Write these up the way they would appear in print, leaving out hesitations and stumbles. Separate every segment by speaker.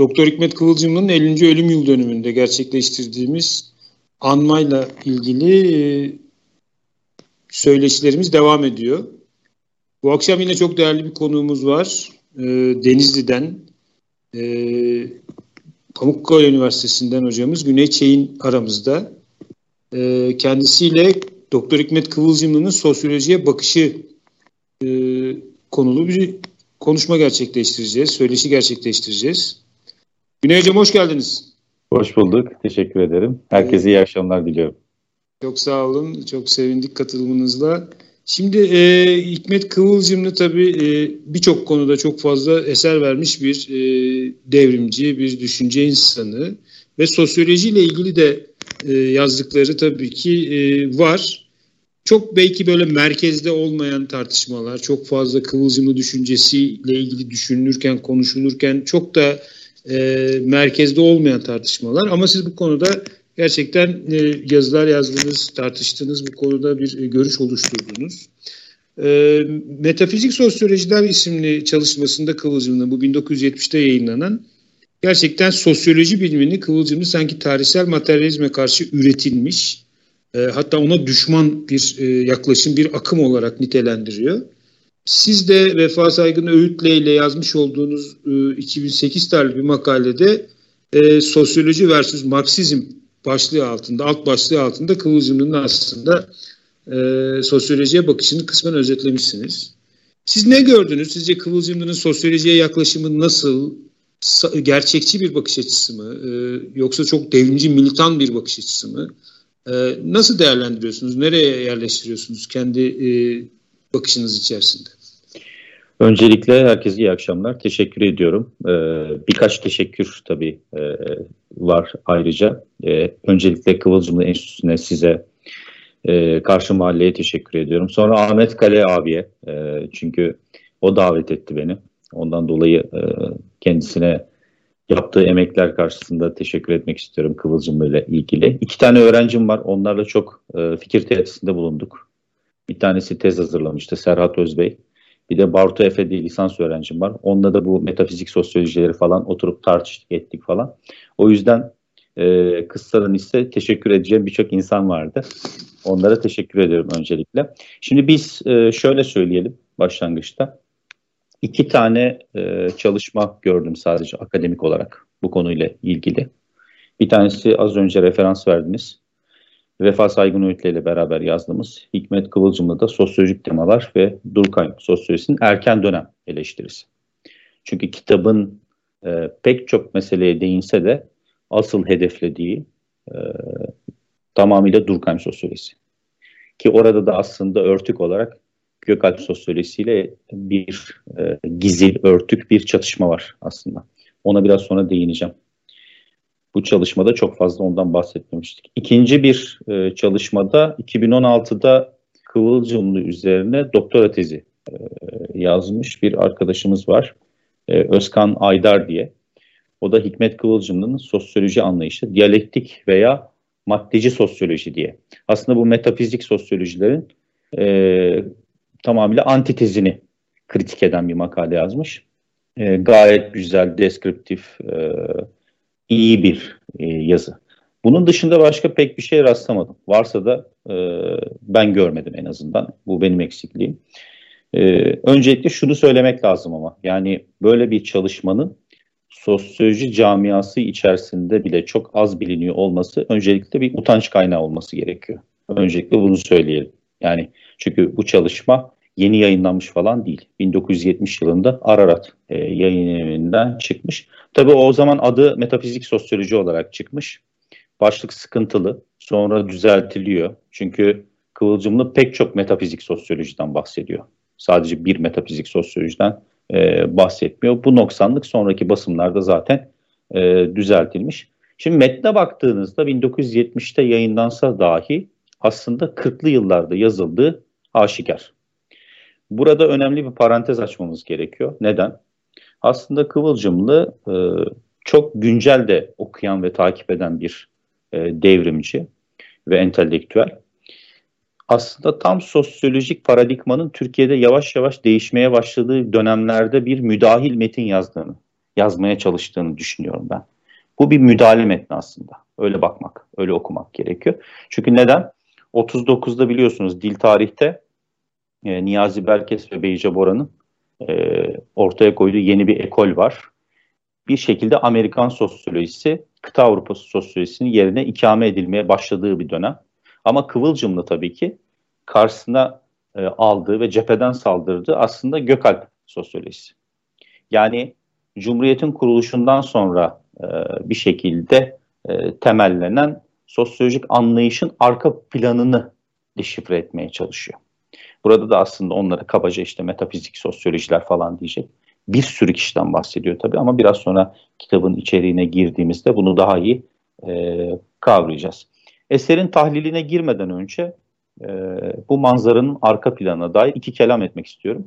Speaker 1: Doktor Hikmet Kıvılcımlı'nın 50. ölüm yıl dönümünde gerçekleştirdiğimiz anmayla ilgili söyleşilerimiz devam ediyor. Bu akşam yine çok değerli bir konuğumuz var. Denizli'den, Pamukkale Üniversitesi'nden hocamız Güney Çeyin aramızda. Kendisiyle Doktor Hikmet Kıvılcımlı'nın sosyolojiye bakışı konulu bir konuşma gerçekleştireceğiz, söyleşi gerçekleştireceğiz. Güney Hocam hoş geldiniz.
Speaker 2: Hoş bulduk, teşekkür ederim. Herkese iyi akşamlar diliyorum.
Speaker 1: Çok sağ olun, çok sevindik katılımınızla. Şimdi Hikmet Kıvılcımlı tabii birçok konuda çok fazla eser vermiş bir devrimci, bir düşünce insanı ve sosyolojiyle ilgili de yazdıkları tabii ki var. Çok belki böyle merkezde olmayan tartışmalar, çok fazla Kıvılcımlı düşüncesiyle ilgili düşünülürken, konuşulurken çok da merkezde olmayan tartışmalar. Ama siz bu konuda gerçekten yazılar yazdınız, tartıştınız, bu konuda bir görüş oluşturdunuz. Metafizik Sosyolojiler isimli çalışmasında Kıvılcımlı, bu 1970'te yayınlanan, gerçekten sosyoloji bilimini Kıvılcımlı sanki tarihsel materyalizme karşı üretilmiş, hatta ona düşman bir yaklaşım, bir akım olarak nitelendiriyor. Siz de Vefa Saygın Öğütle ile yazmış olduğunuz 2008 tarihli bir makalede sosyoloji versus Marksizm başlığı altında, alt başlığı altında Kıvılcımlı'nın aslında sosyolojiye bakışını kısmen özetlemişsiniz. Siz ne gördünüz? Sizce Kıvılcımlı'nın sosyolojiye yaklaşımı nasıl? Gerçekçi bir bakış açısı mı? Yoksa çok devrimci, militan bir bakış açısı mı? Nasıl değerlendiriyorsunuz? Nereye yerleştiriyorsunuz kendi bakışınız içerisinde?
Speaker 2: Öncelikle herkese iyi akşamlar. Teşekkür ediyorum. Birkaç teşekkür tabii var ayrıca. Öncelikle Kıvılcımlı Enstitüsü'ne, size, Karşı Mahalle'ye teşekkür ediyorum. Sonra Ahmet Kale abiye, çünkü o davet etti beni. Ondan dolayı kendisine yaptığı emekler karşısında teşekkür etmek istiyorum Kıvılcımlı ile ilgili. 2 tane öğrencim var. Onlarla çok fikir teatisinde bulunduk. Bir tanesi tez hazırlamıştı, Serhat Özbey. Bir de Bartu Efe'de lisans öğrencim var. Onunla da bu metafizik sosyolojileri falan oturup tartıştık, ettik falan. O yüzden kıssadan ise teşekkür edeceğim birçok insan vardı. Onlara teşekkür ediyorum öncelikle. Şimdi biz şöyle söyleyelim başlangıçta. 2 tane çalışma gördüm sadece akademik olarak bu konuyla ilgili. Bir tanesi az önce referans verdiniz. Vefa Saygın Öğütle ile beraber yazdığımız Hikmet Kıvılcımlı'da sosyolojik temalar ve Durkheim sosyolojisinin erken dönem eleştirisi. Çünkü kitabın pek çok meseleye değinse de asıl hedeflediği tamamıyla Durkheim sosyolojisi. Ki orada da aslında örtük olarak Gökalp sosyolojisiyle bir gizli, örtük bir çatışma var aslında. Ona biraz sonra değineceğim. Bu çalışmada çok fazla ondan bahsetmemiştik. İkinci bir çalışmada 2016'da Kıvılcımlı üzerine doktora tezi yazmış bir arkadaşımız var. Özkan Aydar diye. O da Hikmet Kıvılcımlı'nın sosyoloji anlayışı, diyalektik veya maddeci sosyoloji diye. Aslında bu metafizik sosyolojilerin tamamıyla antitezini kritik eden bir makale yazmış. Gayet güzel, deskriptif, iyi bir yazı. Bunun dışında başka pek bir şey rastlamadım. Varsa da ben görmedim en azından. Bu benim eksikliğim. Öncelikle şunu söylemek lazım ama. Yani böyle bir çalışmanın sosyoloji camiası içerisinde bile çok az biliniyor olması öncelikle bir utanç kaynağı olması gerekiyor. Öncelikle bunu söyleyelim. Yani çünkü bu çalışma yeni yayınlanmış falan değil. 1970 yılında Ararat yayın evinden çıkmış. Tabii o zaman adı metafizik sosyoloji olarak çıkmış. Başlık sıkıntılı. Sonra düzeltiliyor. Çünkü Kıvılcımlı pek çok metafizik sosyolojiden bahsediyor. Sadece bir metafizik sosyolojiden bahsetmiyor. Bu noksanlık sonraki basımlarda zaten düzeltilmiş. Şimdi metne baktığınızda 1970'te yayınlansa dahi aslında 40'lı yıllarda yazıldığı aşikar. Burada önemli bir parantez açmamız gerekiyor. Neden? Aslında Kıvılcımlı çok güncel de okuyan ve takip eden bir devrimci ve entelektüel. Aslında tam sosyolojik paradigmanın Türkiye'de yavaş yavaş değişmeye başladığı dönemlerde bir müdahil metin yazdığını yazmaya çalıştığını düşünüyorum ben. Bu bir müdahale metni aslında. Öyle bakmak, öyle okumak gerekiyor. Çünkü neden? 39'da biliyorsunuz dil tarihte Niyazi Berkes ve Beyce Bora'nın ortaya koyduğu yeni bir ekol var. Bir şekilde Amerikan sosyolojisi, kıta Avrupası sosyolojisinin yerine ikame edilmeye başladığı bir dönem. Ama Kıvılcım'la tabii ki karşısına aldığı ve cepheden saldırdığı aslında Gökalp sosyolojisi. Yani Cumhuriyet'in kuruluşundan sonra bir şekilde temellenen sosyolojik anlayışın arka planını deşifre etmeye çalışıyor. Burada da aslında onlara kabaca işte metafizik sosyolojiler falan diyecek. Bir sürü kişiden bahsediyor tabii ama biraz sonra kitabın içeriğine girdiğimizde bunu daha iyi kavrayacağız. Eserin tahliline girmeden önce bu manzaranın arka planına dair iki kelam etmek istiyorum.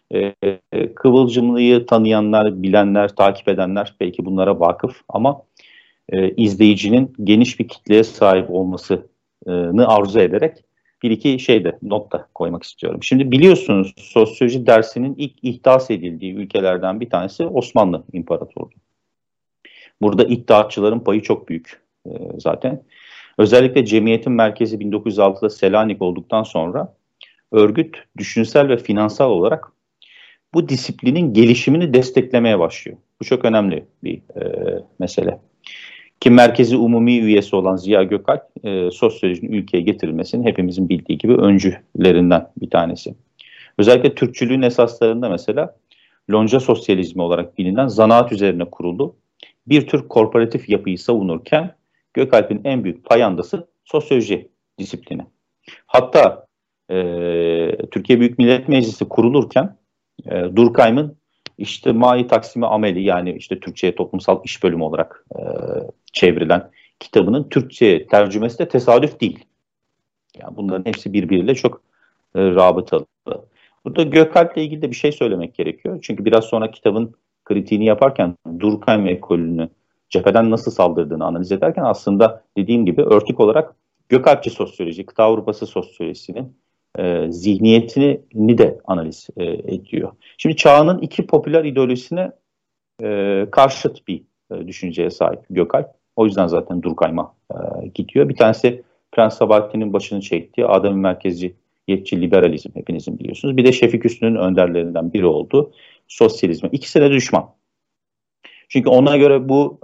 Speaker 2: Kıvılcımlı'yı tanıyanlar, bilenler, takip edenler belki bunlara vakıf ama izleyicinin geniş bir kitleye sahip olmasını arzu ederek bir iki nokta koymak istiyorum. Şimdi biliyorsunuz sosyoloji dersinin ilk ihdas edildiği ülkelerden bir tanesi Osmanlı İmparatorluğu. Burada iddiatçıların payı çok büyük zaten. Özellikle cemiyetin merkezi 1906'da Selanik olduktan sonra örgüt düşünsel ve finansal olarak bu disiplinin gelişimini desteklemeye başlıyor. Bu çok önemli bir mesele. Ki merkezi umumi üyesi olan Ziya Gökalp sosyolojinin ülkeye getirilmesinin hepimizin bildiği gibi öncülerinden bir tanesi. Özellikle Türkçülüğün esaslarında mesela lonca sosyalizmi olarak bilinen zanaat üzerine kurulu bir tür korporatif yapıyı savunurken Gökalp'in en büyük payandası sosyoloji disiplini. Hatta Türkiye Büyük Millet Meclisi kurulurken Durkheim'ın İçtimai Taksimi Ameli yani işte Türkçe'ye toplumsal iş bölümü olarak çevrilen kitabının Türkçe'ye tercümesi de tesadüf değil. Yani bunların hepsi birbiriyle çok rabıtalı. Burada Gökalp'le ilgili de bir şey söylemek gerekiyor. Çünkü biraz sonra kitabın kritiğini yaparken Durkheim ekolünü cepheden nasıl saldırdığını analiz ederken aslında dediğim gibi örtük olarak Gökalpçı sosyoloji, kıta Avrupası sosyolojisinin zihniyetini de analiz ediyor. Şimdi çağının iki popüler ideolojisine karşıt bir düşünceye sahip Gökalp. O yüzden zaten Durkheim'a gidiyor. Bir tanesi Prens Sabahattin'in başını çektiği adem merkeziyetçi liberalizm hepinizin biliyorsunuz. Bir de Şefik Hüsnü'nün önderlerinden biri oldu. Sosyalizme. İkisi de düşman. Çünkü ona göre bu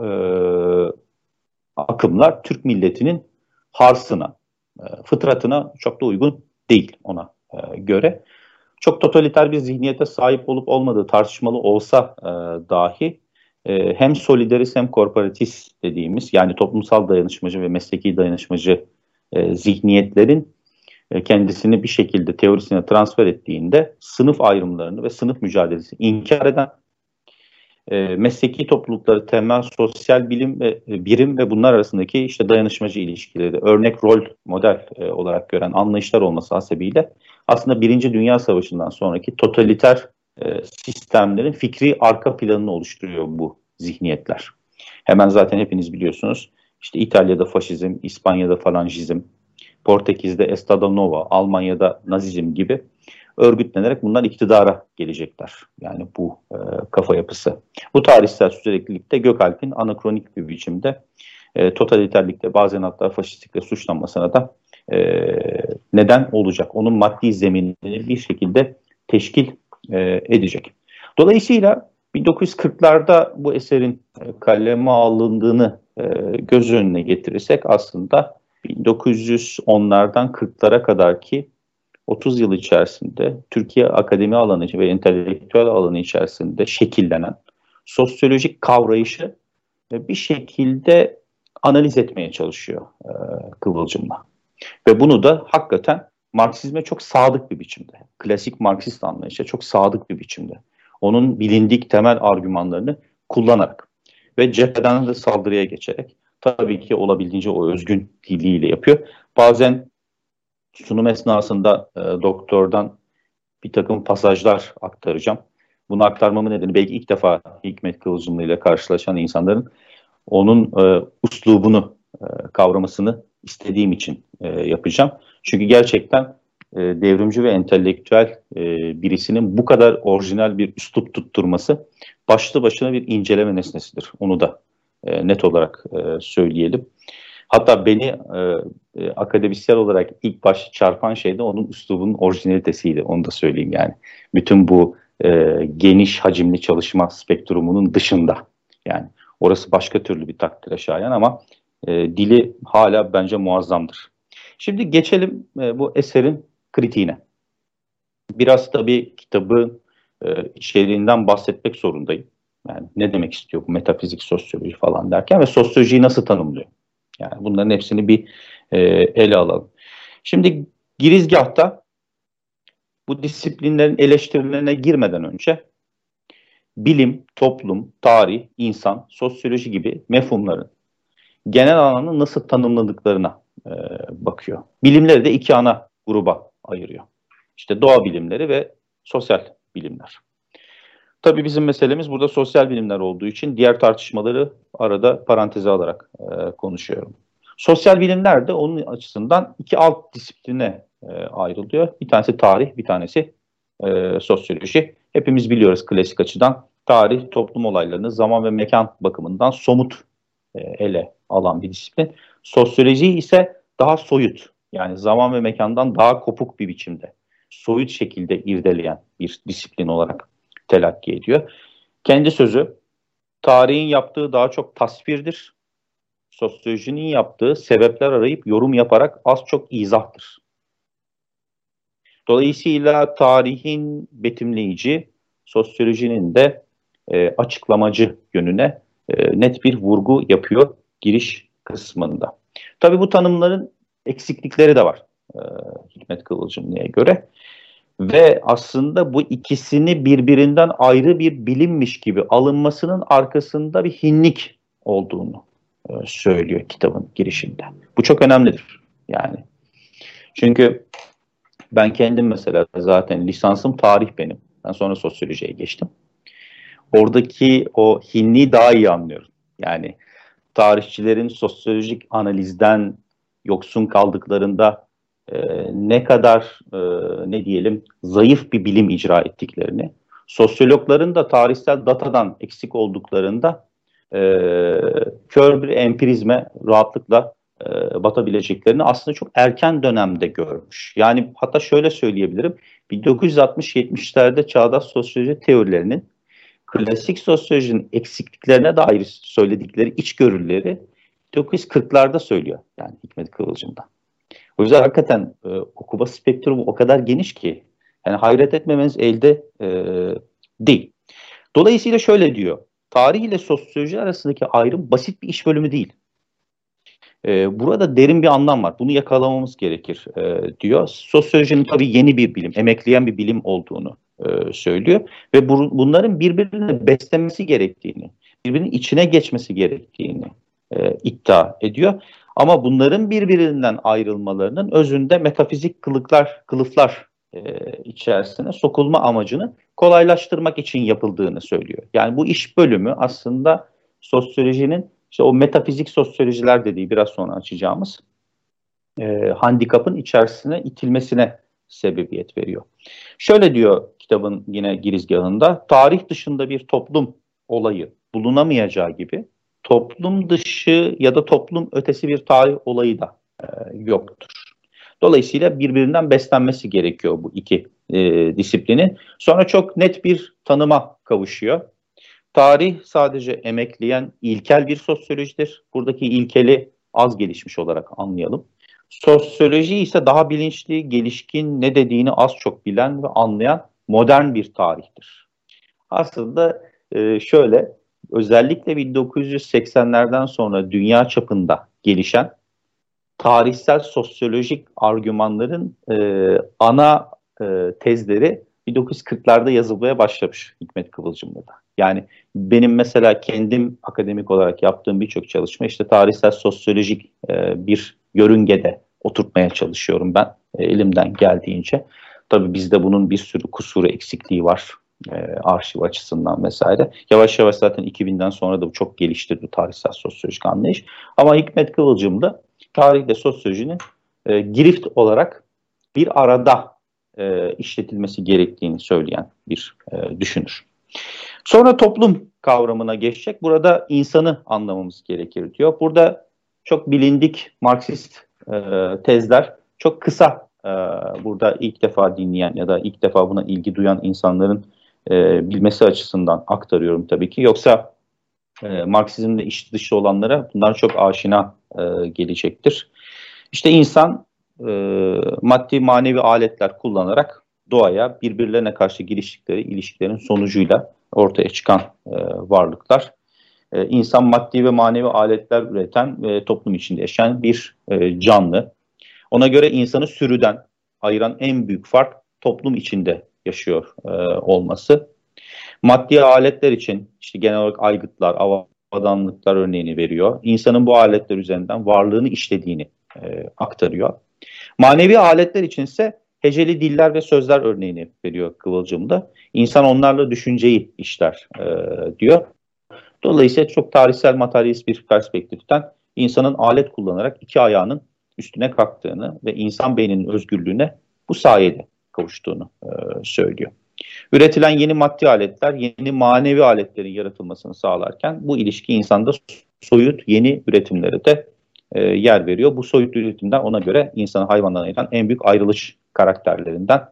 Speaker 2: akımlar Türk milletinin harsına, fıtratına çok da uygun değil ona göre. Çok totaliter bir zihniyete sahip olup olmadığı tartışmalı olsa dahi hem solidarist hem korporatist dediğimiz yani toplumsal dayanışmacı ve mesleki dayanışmacı zihniyetlerin kendisini bir şekilde teorisine transfer ettiğinde sınıf ayrımlarını ve sınıf mücadelesini inkar eden mesleki toplulukları temel sosyal birim ve bunlar arasındaki işte dayanışmacı ilişkileri örnek rol model olarak gören anlayışlar olması hasebiyle aslında Birinci Dünya Savaşı'ndan sonraki totaliter sistemlerin fikri arka planını oluşturuyor bu zihniyetler. Hemen zaten hepiniz biliyorsunuz işte İtalya'da faşizm, İspanya'da falangizm, Portekiz'de Estado Nova, Almanya'da Nazizm gibi örgütlenerek bunlar iktidara gelecekler. Yani bu kafa yapısı. Bu tarihsel süreklilikte Gökalp'in anakronik bir biçimde totaliterlikte bazen hatta faşistlikle suçlanmasına da neden olacak. Onun maddi zeminini bir şekilde teşkil edecek. Dolayısıyla 1940'larda bu eserin kaleme alındığını göz önüne getirirsek aslında 1910'lardan 40'lara kadar ki 30 yıl içerisinde Türkiye akademi alanı ve entelektüel alanı içerisinde şekillenen sosyolojik kavrayışı bir şekilde analiz etmeye çalışıyor Kıvılcım'la. Ve bunu da hakikaten Marksizme çok sadık bir biçimde, klasik Marksist anlayışa çok sadık bir biçimde, onun bilindik temel argümanlarını kullanarak ve cepheden de saldırıya geçerek tabii ki olabildiğince o özgün diliyle yapıyor. Bazen sunum esnasında doktordan bir takım pasajlar aktaracağım. Bunu aktarmamın nedeni belki ilk defa Hikmet Kıvılcımlı ile karşılaşan insanların onun üslubunu kavramasını istediğim için yapacağım. Çünkü gerçekten devrimci ve entelektüel birisinin bu kadar orijinal bir üslup tutturması başlı başına bir inceleme nesnesidir. Onu da net olarak söyleyelim. Hatta beni akademisyen olarak ilk başta çarpan şey de onun üslubunun orijinalitesiydi. Onu da söyleyeyim yani. Bütün bu geniş hacimli çalışma spektrumunun dışında. Yani orası başka türlü bir takdire şayan ama dili hala bence muazzamdır. Şimdi geçelim bu eserin kritiğine. Biraz tabii kitabın içeriğinden bahsetmek zorundayım. Yani ne demek istiyor bu metafizik sosyoloji falan derken ve sosyolojiyi nasıl tanımlıyor? Yani bunların hepsini bir ele alalım. Şimdi girizgahta bu disiplinlerin eleştirilerine girmeden önce bilim, toplum, tarih, insan, sosyoloji gibi mefhumların genel anlamda nasıl tanımladıklarına bakıyor. Bilimleri de iki ana gruba ayırıyor. İşte doğa bilimleri ve sosyal bilimler. Tabii bizim meselemiz burada sosyal bilimler olduğu için diğer tartışmaları arada paranteze alarak konuşuyorum. Sosyal bilimler de onun açısından iki alt disipline ayrılıyor. Bir tanesi tarih, bir tanesi sosyoloji. Hepimiz biliyoruz klasik açıdan tarih toplum olaylarını zaman ve mekan bakımından somut ele alan bir disiplin. Sosyoloji ise daha soyut, yani zaman ve mekandan daha kopuk bir biçimde, soyut şekilde irdeleyen bir disiplin olarak telakki ediyor. Kendi sözü, tarihin yaptığı daha çok tasvirdir. Sosyolojinin yaptığı sebepler arayıp yorum yaparak az çok izahtır. Dolayısıyla tarihin betimleyici, sosyolojinin de açıklamacı yönüne net bir vurgu yapıyor giriş kısmında. Tabii bu tanımların eksiklikleri de var Hikmet Kıvılcımlı'ya göre. Ve aslında bu ikisini birbirinden ayrı bir bilimmiş gibi alınmasının arkasında bir hinlik olduğunu söylüyor kitabın girişinde. Bu çok önemlidir yani. Çünkü ben kendim mesela zaten lisansım tarih benim. Ben sonra sosyolojiye geçtim. Oradaki o hinliği daha iyi anlıyorum. Yani tarihçilerin sosyolojik analizden yoksun kaldıklarında ne kadar ne diyelim zayıf bir bilim icra ettiklerini, sosyologların da tarihsel datadan eksik olduklarında kör bir empirizme rahatlıkla batabileceklerini aslında çok erken dönemde görmüş. Yani hatta şöyle söyleyebilirim, 1960-70'lerde çağdaş sosyoloji teorilerinin klasik sosyolojinin eksikliklerine dair söyledikleri içgörüleri 1940'larda söylüyor yani Hikmet Kıvılcım'da. O yüzden hakikaten okuma spektrumu o kadar geniş ki yani hayret etmemeniz elde değil. Dolayısıyla şöyle diyor, tarih ile sosyoloji arasındaki ayrım basit bir iş bölümü değil. Burada derin bir anlam var. Bunu yakalamamız gerekir diyor. Sosyolojinin tabii yeni bir bilim, emekleyen bir bilim olduğunu söylüyor. Ve bunların birbirini beslemesi gerektiğini, birbirinin içine geçmesi gerektiğini iddia ediyor. Ama bunların birbirinden ayrılmalarının özünde metafizik kılıflar içerisine sokulma amacını kolaylaştırmak için yapıldığını söylüyor. Yani bu iş bölümü aslında sosyolojinin işte o metafizik sosyolojiler dediği biraz sonra açacağımız handikapın içerisine itilmesine sebebiyet veriyor. Şöyle diyor kitabın yine girizgahında, tarih dışında bir toplum olayı bulunamayacağı gibi toplum dışı ya da toplum ötesi bir tarih olayı da yoktur. Dolayısıyla birbirinden beslenmesi gerekiyor bu iki disiplinin. Sonra çok net bir tanıma kavuşuyor. Tarih sadece emekleyen ilkel bir sosyolojidir. Buradaki ilkeli az gelişmiş olarak anlayalım. Sosyoloji ise daha bilinçli, gelişkin, ne dediğini az çok bilen ve anlayan modern bir tarihtir. Aslında şöyle, özellikle 1980'lerden sonra dünya çapında gelişen tarihsel sosyolojik argümanların ana tezleri 1940'larda yazılmaya başlamış Hikmet Kıvılcımlı'da. Yani benim mesela kendim akademik olarak yaptığım birçok çalışma işte tarihsel sosyolojik bir yörüngede oturtmaya çalışıyorum ben elimden geldiğince. Tabii bizde bunun bir sürü kusuru, eksikliği var arşiv açısından vesaire. Yavaş yavaş zaten 2000'den sonra da bu çok gelişti bu tarihsel sosyolojik anlayış. Ama Hikmet Kıvılcım'da tarihle sosyolojinin girift olarak bir arada işletilmesi gerektiğini söyleyen bir düşünür. Sonra toplum kavramına geçecek. Burada insanı anlamamız gerekir diyor. Burada çok bilindik Marksist tezler çok kısa burada ilk defa dinleyen ya da ilk defa buna ilgi duyan insanların bilmesi açısından aktarıyorum tabii ki. Yoksa Marksizmle iç dışı olanlara bunlar çok aşina gelecektir. İşte insan maddi manevi aletler kullanarak doğaya birbirlerine karşı giriştikleri ilişkilerin sonucuyla ortaya çıkan varlıklar. İnsan maddi ve manevi aletler üreten ve toplum içinde yaşayan bir canlı. Ona göre insanı sürüden ayıran en büyük fark toplum içinde yaşıyor olması. Maddi aletler için işte genel olarak aygıtlar, avadanlıklar örneğini veriyor. İnsanın bu aletler üzerinden varlığını işlediğini aktarıyor. Manevi aletler için ise heceli diller ve sözler örneğini veriyor Kıvılcım'da. İnsan onlarla düşünceyi işler diyor. Dolayısıyla çok tarihsel materyalist bir perspektiften insanın alet kullanarak iki ayağının üstüne kalktığını ve insan beyninin özgürlüğüne bu sayede kavuştuğunu söylüyor. Üretilen yeni maddi aletler yeni manevi aletlerin yaratılmasını sağlarken bu ilişki insanda soyut yeni üretimlere de yer veriyor. Bu soyut üretimden ona göre insanı hayvandan ayıran en büyük ayrılış karakterlerinden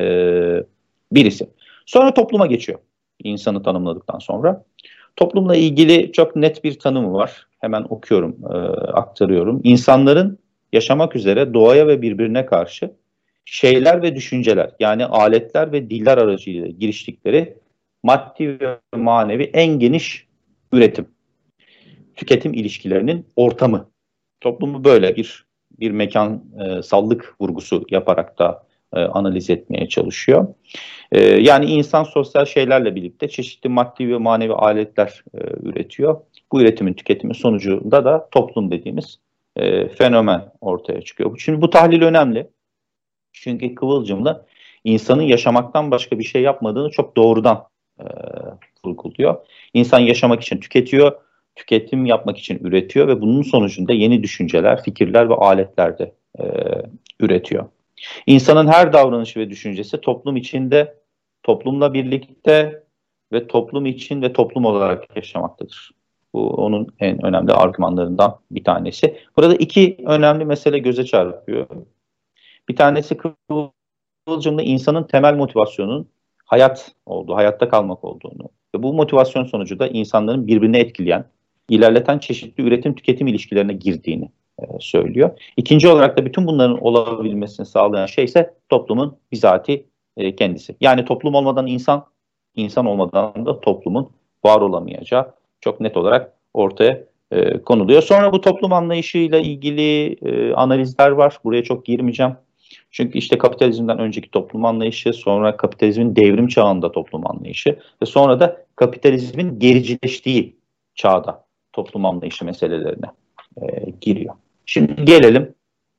Speaker 2: birisi. Sonra topluma geçiyor. İnsanı tanımladıktan sonra. Toplumla ilgili çok net bir tanımı var. Hemen okuyorum, aktarıyorum. İnsanların yaşamak üzere doğaya ve birbirine karşı şeyler ve düşünceler yani aletler ve diller aracılığıyla giriştikleri maddi ve manevi en geniş üretim, tüketim ilişkilerinin ortamı. Toplumu böyle bir mekansallık vurgusu yaparak da analiz etmeye çalışıyor. Yani insan sosyal şeylerle birlikte çeşitli maddi ve manevi aletler üretiyor. Bu üretimin tüketimin sonucunda da toplum dediğimiz fenomen ortaya çıkıyor. Şimdi bu tahlil önemli. Çünkü Kıvılcım'la insanın yaşamaktan başka bir şey yapmadığını çok doğrudan vurguluyor. İnsan yaşamak için tüketiyor, tüketim yapmak için üretiyor ve bunun sonucunda yeni düşünceler, fikirler ve aletler de üretiyor. İnsanın her davranışı ve düşüncesi toplum içinde, toplumla birlikte ve toplum için ve toplum olarak yaşamaktadır. Bu onun en önemli argümanlarından bir tanesi. Burada iki önemli mesele göze çarpıyor. Bir tanesi Kıvılcım'da insanın temel motivasyonunun hayat olduğu, hayatta kalmak olduğunu ve bu motivasyon sonucu da insanların birbirini etkileyen, ilerleten çeşitli üretim tüketim ilişkilerine girdiğini söylüyor. İkinci olarak da bütün bunların olabilmesini sağlayan şey ise toplumun bizatihi kendisi. Yani toplum olmadan insan, insan olmadan da toplumun var olamayacağı çok net olarak ortaya konuluyor. Sonra bu toplum anlayışıyla ilgili analizler var. Buraya çok girmeyeceğim. Çünkü işte kapitalizmden önceki toplum anlayışı, sonra kapitalizmin devrim çağında toplum anlayışı ve sonra da kapitalizmin gericileştiği çağda toplum anlayışı meselelerine giriyor. Şimdi gelelim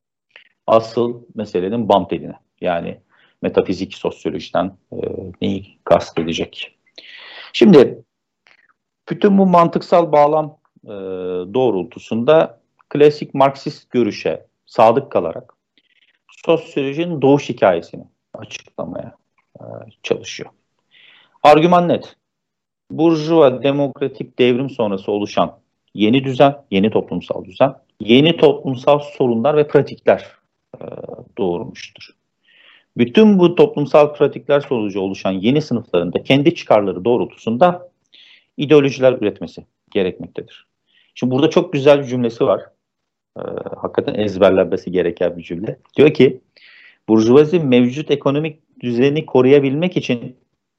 Speaker 2: asıl meselenin bam teline. Yani metafizik sosyolojiden neyi kastedecek? Şimdi bütün bu mantıksal bağlam doğrultusunda klasik Marksist görüşe sadık kalarak sosyolojinin doğuş hikayesini açıklamaya çalışıyor. Argüman net. Burjuva demokratik devrim sonrası oluşan yeni düzen, yeni toplumsal düzen, yeni toplumsal sorunlar ve pratikler doğurmuştur. Bütün bu toplumsal pratikler sonucu oluşan yeni sınıfların da kendi çıkarları doğrultusunda ideolojiler üretmesi gerekmektedir. Şimdi burada çok güzel bir cümlesi var. Hakikaten ezberlenmesi gereken bir cümle. Diyor ki, burjuvazi mevcut ekonomik düzeni koruyabilmek için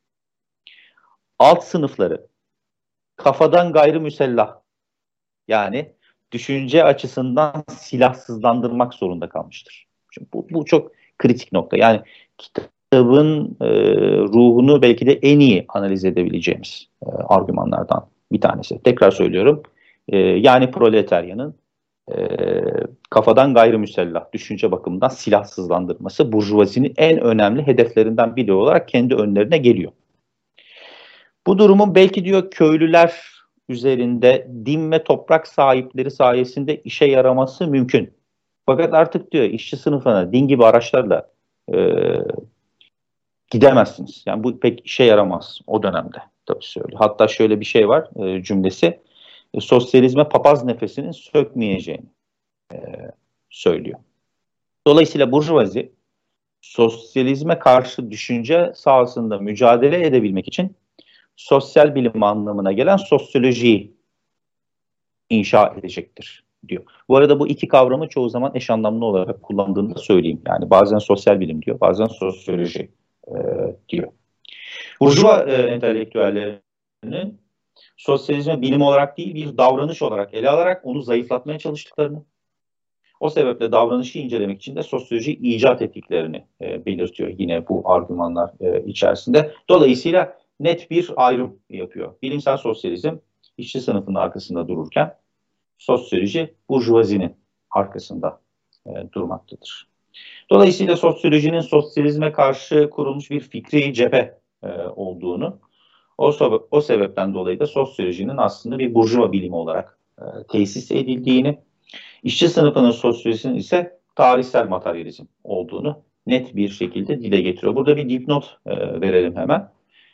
Speaker 2: alt sınıfları kafadan gayrimüsellah yani düşünce açısından silahsızlandırmak zorunda kalmıştır. Şimdi bu çok kritik nokta. Yani kitabın ruhunu belki de en iyi analiz edebileceğimiz argümanlardan bir tanesi. Tekrar söylüyorum. Yani proletaryanın kafadan gayrimüsellah düşünce bakımından silahsızlandırması burjuvazinin en önemli hedeflerinden biri olarak kendi önlerine geliyor. Bu durumun belki diyor köylüler üzerinde din ve toprak sahipleri sayesinde işe yaraması mümkün. Fakat artık diyor işçi sınıfına din gibi araçlarla gidemezsiniz. Yani bu pek işe yaramaz o dönemde. Tabii söylüyor. Hatta şöyle bir şey var cümlesi. Sosyalizme papaz nefesinin sökmeyeceğini söylüyor. Dolayısıyla burjuvazi sosyalizme karşı düşünce sahasında mücadele edebilmek için sosyal bilim anlamına gelen sosyolojiyi inşa edecektir diyor. Bu arada bu iki kavramı çoğu zaman eş anlamlı olarak kullandığını da söyleyeyim. Yani bazen sosyal bilim diyor, bazen sosyoloji diyor. Burjuva entelektüellerinin sosyalizme bilim olarak değil bir davranış olarak ele alarak onu zayıflatmaya çalıştıklarını, o sebeple davranışı incelemek için de sosyoloji icat ettiklerini belirtiyor yine bu argümanlar içerisinde. Dolayısıyla net bir ayrım yapıyor. Bilimsel sosyalizm işçi sınıfının arkasında dururken sosyoloji burjuvazinin arkasında durmaktadır. Dolayısıyla sosyolojinin sosyalizme karşı kurulmuş bir fikri cephe olduğunu, o sebepten dolayı da sosyolojinin aslında bir burjuva bilimi olarak tesis edildiğini, işçi sınıfının sosyolojisinin ise tarihsel materyalizm olduğunu net bir şekilde dile getiriyor. Burada bir dipnot verelim hemen.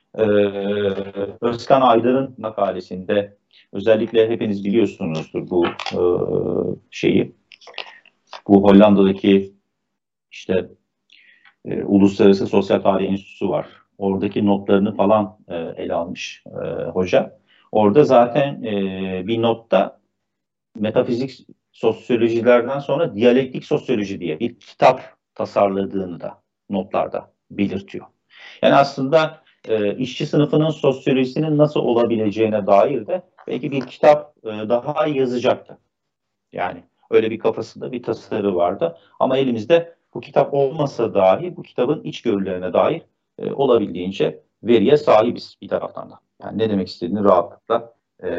Speaker 2: Özkan Aydar'ın makalesinde özellikle hepiniz biliyorsunuzdur bu şeyi. Bu Hollanda'daki işte Uluslararası Sosyal Tarih Enstitüsü var. Oradaki notlarını falan ele almış hoca. Orada zaten bir notta metafizik sosyolojilerden sonra diyalektik sosyoloji diye bir kitap tasarladığını da notlarda belirtiyor. Yani aslında işçi sınıfının sosyolojisinin nasıl olabileceğine dair de belki bir kitap daha yazacaktı. Yani öyle bir kafasında bir tasarı vardı. Ama elimizde bu kitap olmasa dahi bu kitabın içgörülerine dair olabildiğince veriye sahibiz bir taraftan da. Yani ne demek istediğini rahatlıkla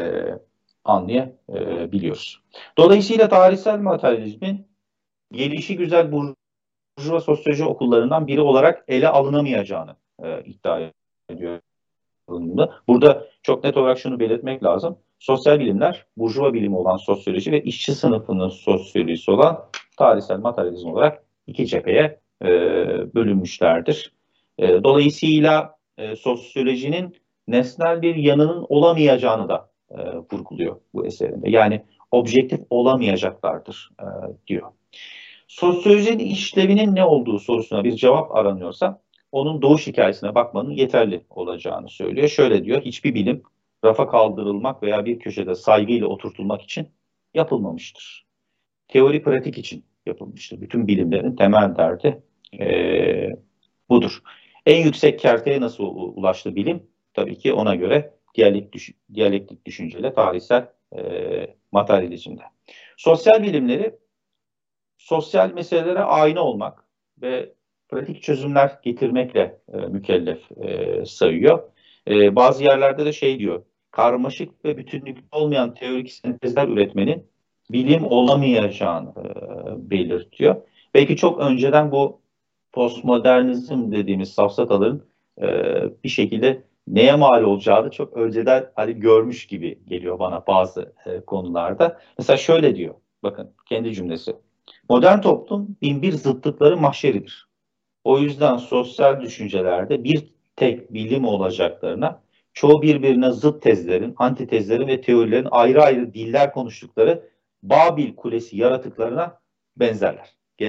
Speaker 2: anlayabiliyoruz. Dolayısıyla tarihsel materyalizmin gelişi güzel burjuva sosyoloji okullarından biri olarak ele alınamayacağını iddia ediyor. Burada çok net olarak şunu belirtmek lazım. Sosyal bilimler, burjuva bilimi olan sosyoloji ve işçi sınıfının sosyolojisi olan tarihsel materyalizm olarak iki cepheye bölünmüşlerdir. Dolayısıyla sosyolojinin nesnel bir yanının olamayacağını da vurguluyor bu eserinde. Yani objektif olamayacaklardır diyor. Sosyolojinin işlevinin ne olduğu sorusuna bir cevap aranıyorsa onun doğuş hikayesine bakmanın yeterli olacağını söylüyor. Şöyle diyor, hiçbir bilim rafa kaldırılmak veya bir köşede saygıyla oturtulmak için yapılmamıştır. Teori pratik için yapılmıştır. Bütün bilimlerin temel derdi budur. En yüksek kerteye nasıl ulaştı bilim? Tabii ki ona göre diyalektik düşünceyle tarihsel materyalizmde. Sosyal bilimleri sosyal meselelere ayna olmak ve pratik çözümler getirmekle mükellef sayıyor. Bazı yerlerde de şey diyor, karmaşık ve bütünlüklü olmayan teorik sentezler üretmenin bilim olamayacağını belirtiyor. Belki çok önceden bu postmodernizm dediğimiz safsataların bir şekilde neye mal olacağı da çok önceden hani görmüş gibi geliyor bana bazı konularda. Mesela şöyle diyor, bakın kendi cümlesi. Modern toplum binbir zıtlıkları mahşeridir. O yüzden sosyal düşüncelerde bir tek bilim olacaklarına çoğu birbirine zıt tezlerin, antitezlerin ve teorilerin ayrı ayrı diller konuştukları Babil Kulesi yaratıklarına benzerler.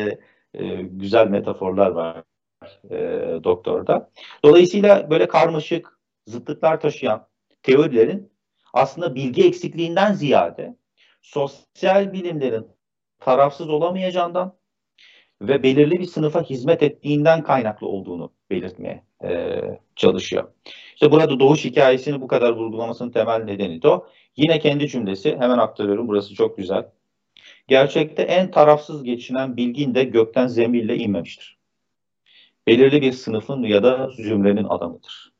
Speaker 2: Güzel metaforlar var doktorda. Dolayısıyla böyle karmaşık, zıtlıklar taşıyan teorilerin aslında bilgi eksikliğinden ziyade sosyal bilimlerin tarafsız olamayacağından ve belirli bir sınıfa hizmet ettiğinden kaynaklı olduğunu belirtmeye çalışıyor. İşte burada doğuş hikayesini bu kadar vurgulamasının temel nedeni de o. Yine kendi cümlesi, hemen aktarıyorum, burası çok güzel. Gerçekte en tarafsız geçinen bilgin de gökten zembille inmemiştir. Belirli bir sınıfın ya da zümrenin adamıdır.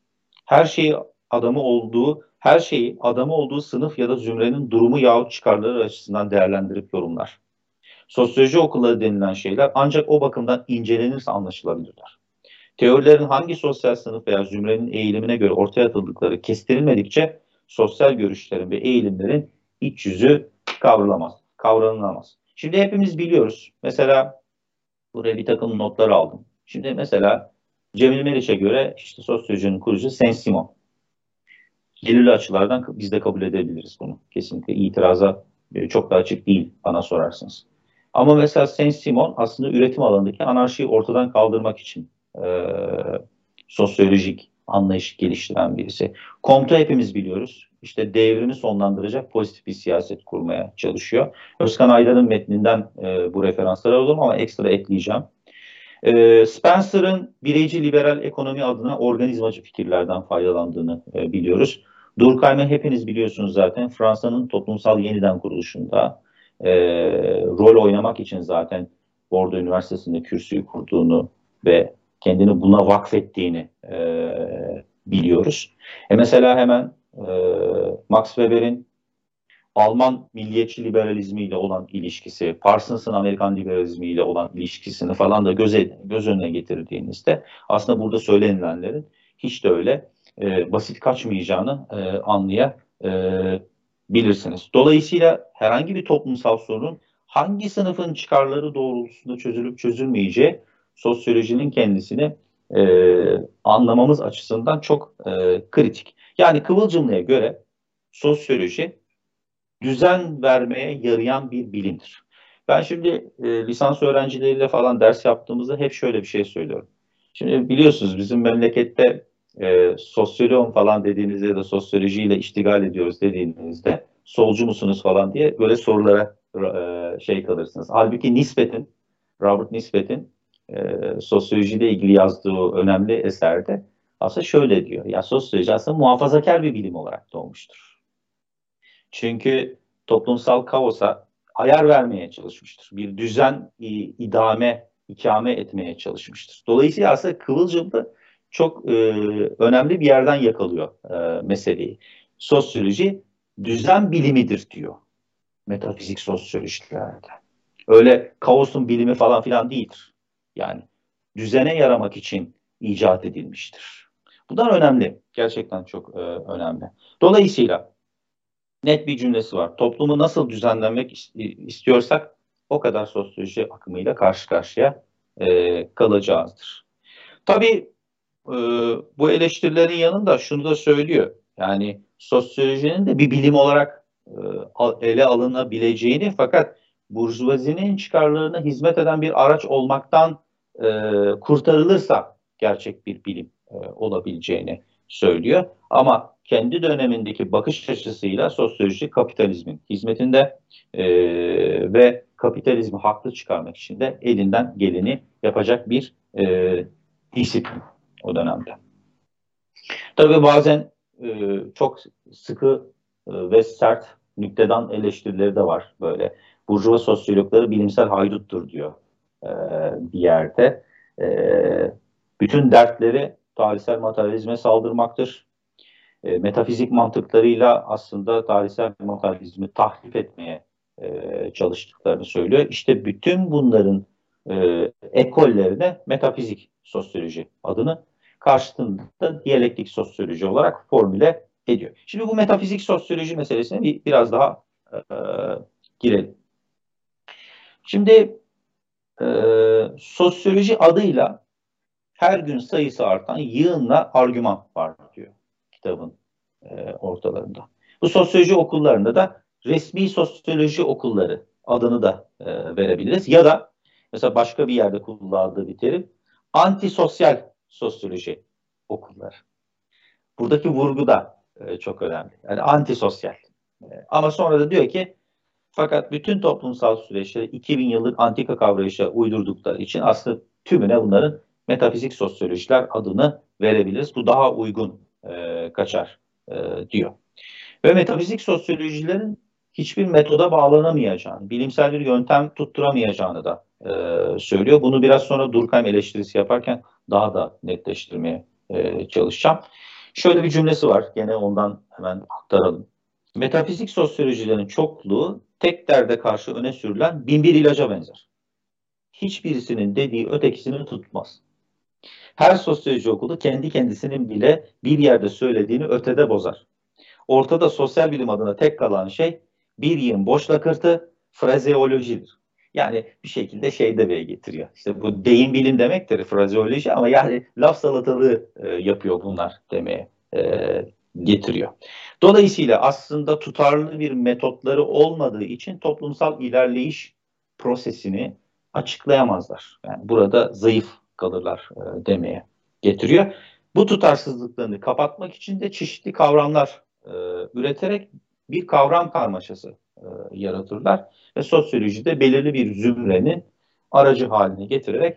Speaker 2: Her şeyi adamı olduğu sınıf ya da zümrenin durumu yahut çıkarları açısından değerlendirip yorumlar. Sosyoloji okulları denilen şeyler ancak o bakımdan incelenirse anlaşılabilirler. Teorilerin hangi sosyal sınıf veya zümrenin eğilimine göre ortaya atıldıkları kestirilmedikçe sosyal görüşlerin ve eğilimlerin iç yüzü kavranılamaz. Şimdi hepimiz biliyoruz. Mesela buraya bir takım notlar aldım. Şimdi mesela Cemil Meriç'e göre işte sosyolojinin kurucusu Saint-Simon. Belirli açılardan biz de kabul edebiliriz bunu. Kesinlikle itiraza çok da açık değil bana sorarsınız. Ama mesela Saint-Simon aslında üretim alanındaki anarşiyi ortadan kaldırmak için sosyolojik anlayış geliştiren birisi. Comte'u hepimiz biliyoruz. İşte devrimi sonlandıracak pozitif bir siyaset kurmaya çalışıyor. Özkan Aydar'ın metninden bu referansları alalım ama ekstra ekleyeceğim. Spencer'ın bireyci liberal ekonomi adına organizmacı fikirlerden faydalandığını biliyoruz. Durkheim'i hepiniz biliyorsunuz zaten. Fransa'nın toplumsal yeniden kuruluşunda rol oynamak için zaten Bordeaux Üniversitesi'nde kürsüyü kurduğunu ve kendini buna vakfettiğini biliyoruz. Mesela hemen Max Weber'in Alman milliyetçi liberalizmiyle olan ilişkisi, Parsons'ın Amerikan liberalizmiyle olan ilişkisini falan da göz önüne getirdiğinizde aslında burada söylenilenlerin hiç de öyle basit kaçmayacağını anlayabilirsiniz. Dolayısıyla herhangi bir toplumsal sorunun hangi sınıfın çıkarları doğrultusunda çözülüp çözülmeyeceği sosyolojinin kendisini anlamamız açısından çok kritik. Yani Kıvılcımlı'ya göre sosyoloji düzen vermeye yarayan bir bilimdir. Ben şimdi lisans öğrencileriyle falan ders yaptığımızda hep şöyle bir şey söylüyorum. Şimdi biliyorsunuz bizim memlekette sosyoloğum falan dediğinizde ya da sosyolojiyle iştigal ediyoruz dediğinizde solcu musunuz falan diye böyle sorulara şey kalırsınız. Halbuki Robert Nisbet'in sosyolojiyle ilgili yazdığı önemli eserde aslında şöyle diyor. Ya sosyoloji aslında muhafazakar bir bilim olarak doğmuştur. Çünkü toplumsal kaosa ayar vermeye çalışmıştır. Bir düzen ikame etmeye çalışmıştır. Dolayısıyla aslında Kıvılcım'da çok önemli bir yerden yakalıyor meseleyi. Sosyoloji düzen bilimidir diyor metafizik sosyolojilerde. Öyle kaosun bilimi falan filan değildir. Yani düzene yaramak için icat edilmiştir. Bunlar önemli. Gerçekten çok önemli. Dolayısıyla net bir cümlesi var. Toplumu nasıl düzenlemek istiyorsak o kadar sosyoloji akımıyla karşı karşıya kalacağızdır. Tabii bu eleştirilerin yanında şunu da söylüyor. Yani sosyolojinin de bir bilim olarak ele alınabileceğini fakat burjuvazinin çıkarlarına hizmet eden bir araç olmaktan kurtarılırsa gerçek bir bilim olabileceğini söylüyor. Ama kendi dönemindeki bakış açısıyla sosyoloji kapitalizmin hizmetinde ve kapitalizmi haklı çıkarmak için de elinden geleni yapacak bir disiplin o dönemde. Tabii bazen çok sıkı ve sert nüktedan eleştirileri de var böyle. Burjuva sosyologları bilimsel hayduttur diyor bir yerde. Bütün dertleri tarihsel materyalizme saldırmaktır. Metafizik mantıklarıyla aslında tarihsel materyalizmi tahrip etmeye çalıştıklarını söylüyor. İşte bütün bunların ekollerine metafizik sosyoloji adını karşılığında diyalektik sosyoloji olarak formüle ediyor. Şimdi bu metafizik sosyoloji meselesine biraz daha girelim. Şimdi sosyoloji adıyla her gün sayısı artan yığınla argüman var diyor kitabın ortalarında. Bu sosyoloji okullarında da resmi sosyoloji okulları adını da verebiliriz. Ya da mesela başka bir yerde kullandığı bir terim antisosyal sosyoloji okulları. Buradaki vurgu da çok önemli. Yani antisosyal. Ama sonra da diyor ki fakat bütün toplumsal süreçleri 2000 yıllık antika kavrayışa uydurdukları için aslında tümüne bunların metafizik sosyolojiler adını verebiliriz. Bu daha uygun kaçar diyor. Ve metafizik sosyolojilerin hiçbir metoda bağlanamayacağını, bilimsel bir yöntem tutturamayacağını da söylüyor. Bunu biraz sonra Durkheim eleştirisi yaparken daha da netleştirmeye çalışacağım. Şöyle bir cümlesi var, gene ondan hemen aktaralım. Metafizik sosyolojilerin çokluğu tek derde karşı öne sürülen binbir ilaca benzer. Hiçbirisinin dediği ötekisini tutmaz. Her sosyoloji okulu kendi kendisinin bile bir yerde söylediğini ötede bozar. Ortada sosyal bilim adına tek kalan şey bir yığın boş lakırtı, frazeolojidir. Yani bir şekilde şey demeye getiriyor. İşte bu deyim bilim demektir, frazeoloji, ama yani laf salatalığı yapıyor bunlar demeye getiriyor. Dolayısıyla aslında tutarlı bir metotları olmadığı için toplumsal ilerleyiş prosesini açıklayamazlar. Yani burada zayıf kalırlar demeye getiriyor. Bu tutarsızlıklarını kapatmak için de çeşitli kavramlar üreterek bir kavram karmaşası yaratırlar ve sosyolojide belirli bir zümrenin aracı haline getirerek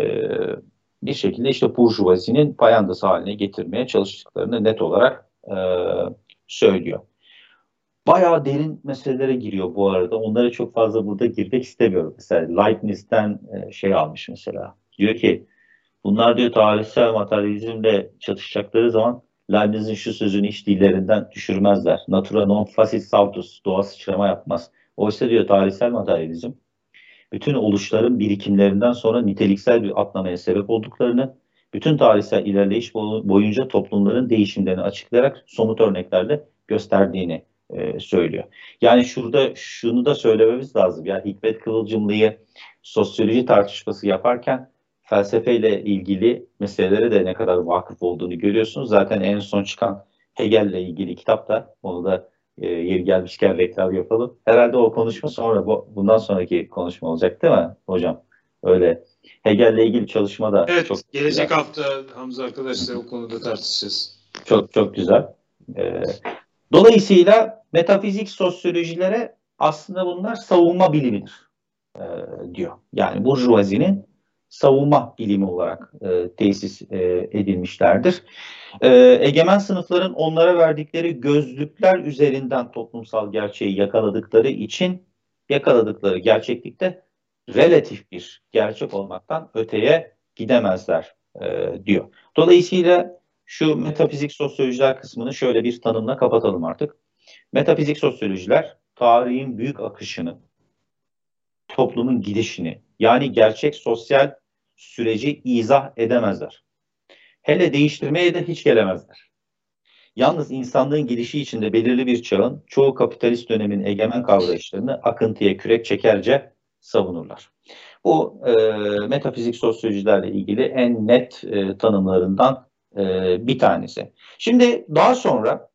Speaker 2: bir şekilde işte burjuvazinin payandası haline getirmeye çalıştıklarını net olarak söylüyor. Bayağı derin meselelere giriyor bu arada. Onlara çok fazla burada girmek istemiyorum. Mesela Leibniz'ten şey almış mesela. Diyor ki bunlar diyor tarihsel materyalizmle çatışacakları zaman Leibniz'in şu sözünü hiç dillerinden düşürmezler. Natura non facit saltus. Doğa sıçrama yapmaz. Oysa diyor tarihsel materyalizm bütün oluşların birikimlerinden sonra niteliksel bir atlamaya sebep olduklarını, bütün tarihsel ilerleyiş boyunca toplumların değişimlerini açıklayarak somut örneklerle gösterdiğini söylüyor. Yani şurada şunu da söylememiz lazım. Yani Hikmet Kıvılcımlı'yı sosyoloji tartışması yaparken felsefeyle ilgili meselelere de ne kadar vakıf olduğunu görüyorsunuz. Zaten en son çıkan Hegel'le ilgili kitapta, onu da yeri gelmişken reklam yapalım. Herhalde o konuşma sonra bundan sonraki konuşma olacak değil mi hocam? Öyle. Hegel'le ilgili çalışma da
Speaker 1: evet,
Speaker 2: çok
Speaker 1: gelecek
Speaker 2: güzel.
Speaker 1: hafta Hamza arkadaşlar o konuda tartışacağız.
Speaker 2: Çok çok güzel. Dolayısıyla metafizik sosyolojilere aslında bunlar savunma bilimidir diyor. Yani burjuvazinin savunma bilimi olarak tesis edilmişlerdir. Egemen sınıfların onlara verdikleri gözlükler üzerinden toplumsal gerçeği yakaladıkları için yakaladıkları gerçeklikte relatif bir gerçek olmaktan öteye gidemezler diyor. Dolayısıyla şu metafizik sosyolojiler kısmını şöyle bir tanımla kapatalım artık. Metafizik sosyolojiler tarihin büyük akışını, toplumun gidişini, yani gerçek sosyal süreci izah edemezler. Hele değiştirmeye de hiç gelemezler. Yalnız insanlığın gelişi içinde belirli bir çağın çoğu kapitalist dönemin egemen kavrayışlarını akıntıya kürek çekerce savunurlar. Bu metafizik sosyolojilerle ilgili en net tanımlarından bir tanesi. Şimdi daha sonra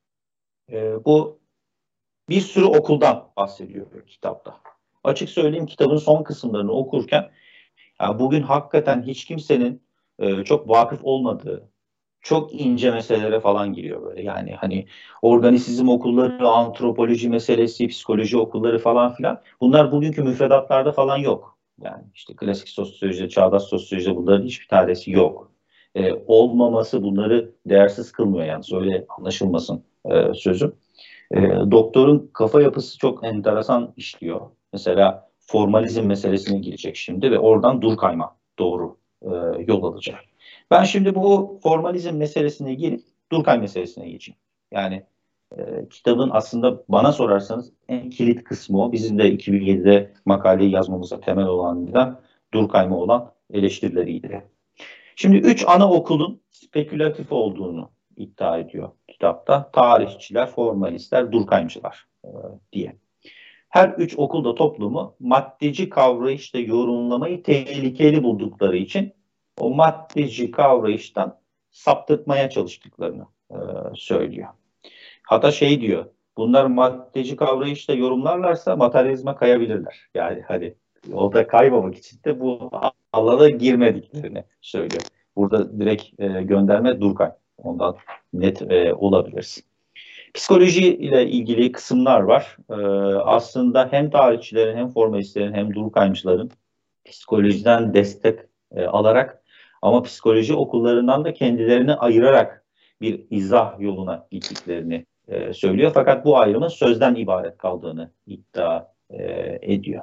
Speaker 2: bu bir sürü okuldan bahsediyor kitapta. Açık söyleyeyim, kitabın son kısımlarını okurken yani bugün hakikaten hiç kimsenin çok vakıf olmadığı çok ince meselelere falan giriyor böyle. Yani hani organizm okulları, antropoloji meselesi, psikoloji okulları falan filan. Bunlar bugünkü müfredatlarda falan yok. Yani işte klasik sosyolojide, çağdaş sosyolojide bunların hiçbir tanesi yok. Olmaması bunları değersiz kılmıyor, yani öyle anlaşılmasın sözüm. Doktorun kafa yapısı çok enteresan işliyor. Mesela formalizm meselesine girecek şimdi ve oradan Durkheim'a doğru yol alacak. Ben şimdi bu formalizm meselesine girip Durkheim meselesine geçeyim. Yani kitabın aslında bana sorarsanız en kilit kısmı o. Bizim de 2007'de makaleyi yazmamıza temel olan da Durkheim'e olan eleştirileriydi. Şimdi 3 ana okulun spekülatif olduğunu iddia ediyor kitapta. Tarihçiler, formalistler, Durkheimcılar diye. Her üç okul da toplumu maddeci kavrayışla yorumlamayı tehlikeli buldukları için o maddeci kavrayıştan saptırmaya çalıştıklarını söylüyor. Hatta şey diyor, bunlar maddeci kavrayışla yorumlarlarsa materyalizme kayabilirler. Yani hani orada kaymamak için de bu alana girmediklerini söylüyor. Burada direkt gönderme Durkheim. Ondan net olabiliriz. Psikoloji ile ilgili kısımlar var. Aslında hem tarihçilerin hem formalistlerin hem Durkheimcıların psikolojiden destek alarak ama psikoloji okullarından da kendilerini ayırarak bir izah yoluna gittiklerini söylüyor. Fakat bu ayrımın sözden ibaret kaldığını iddia ediyor.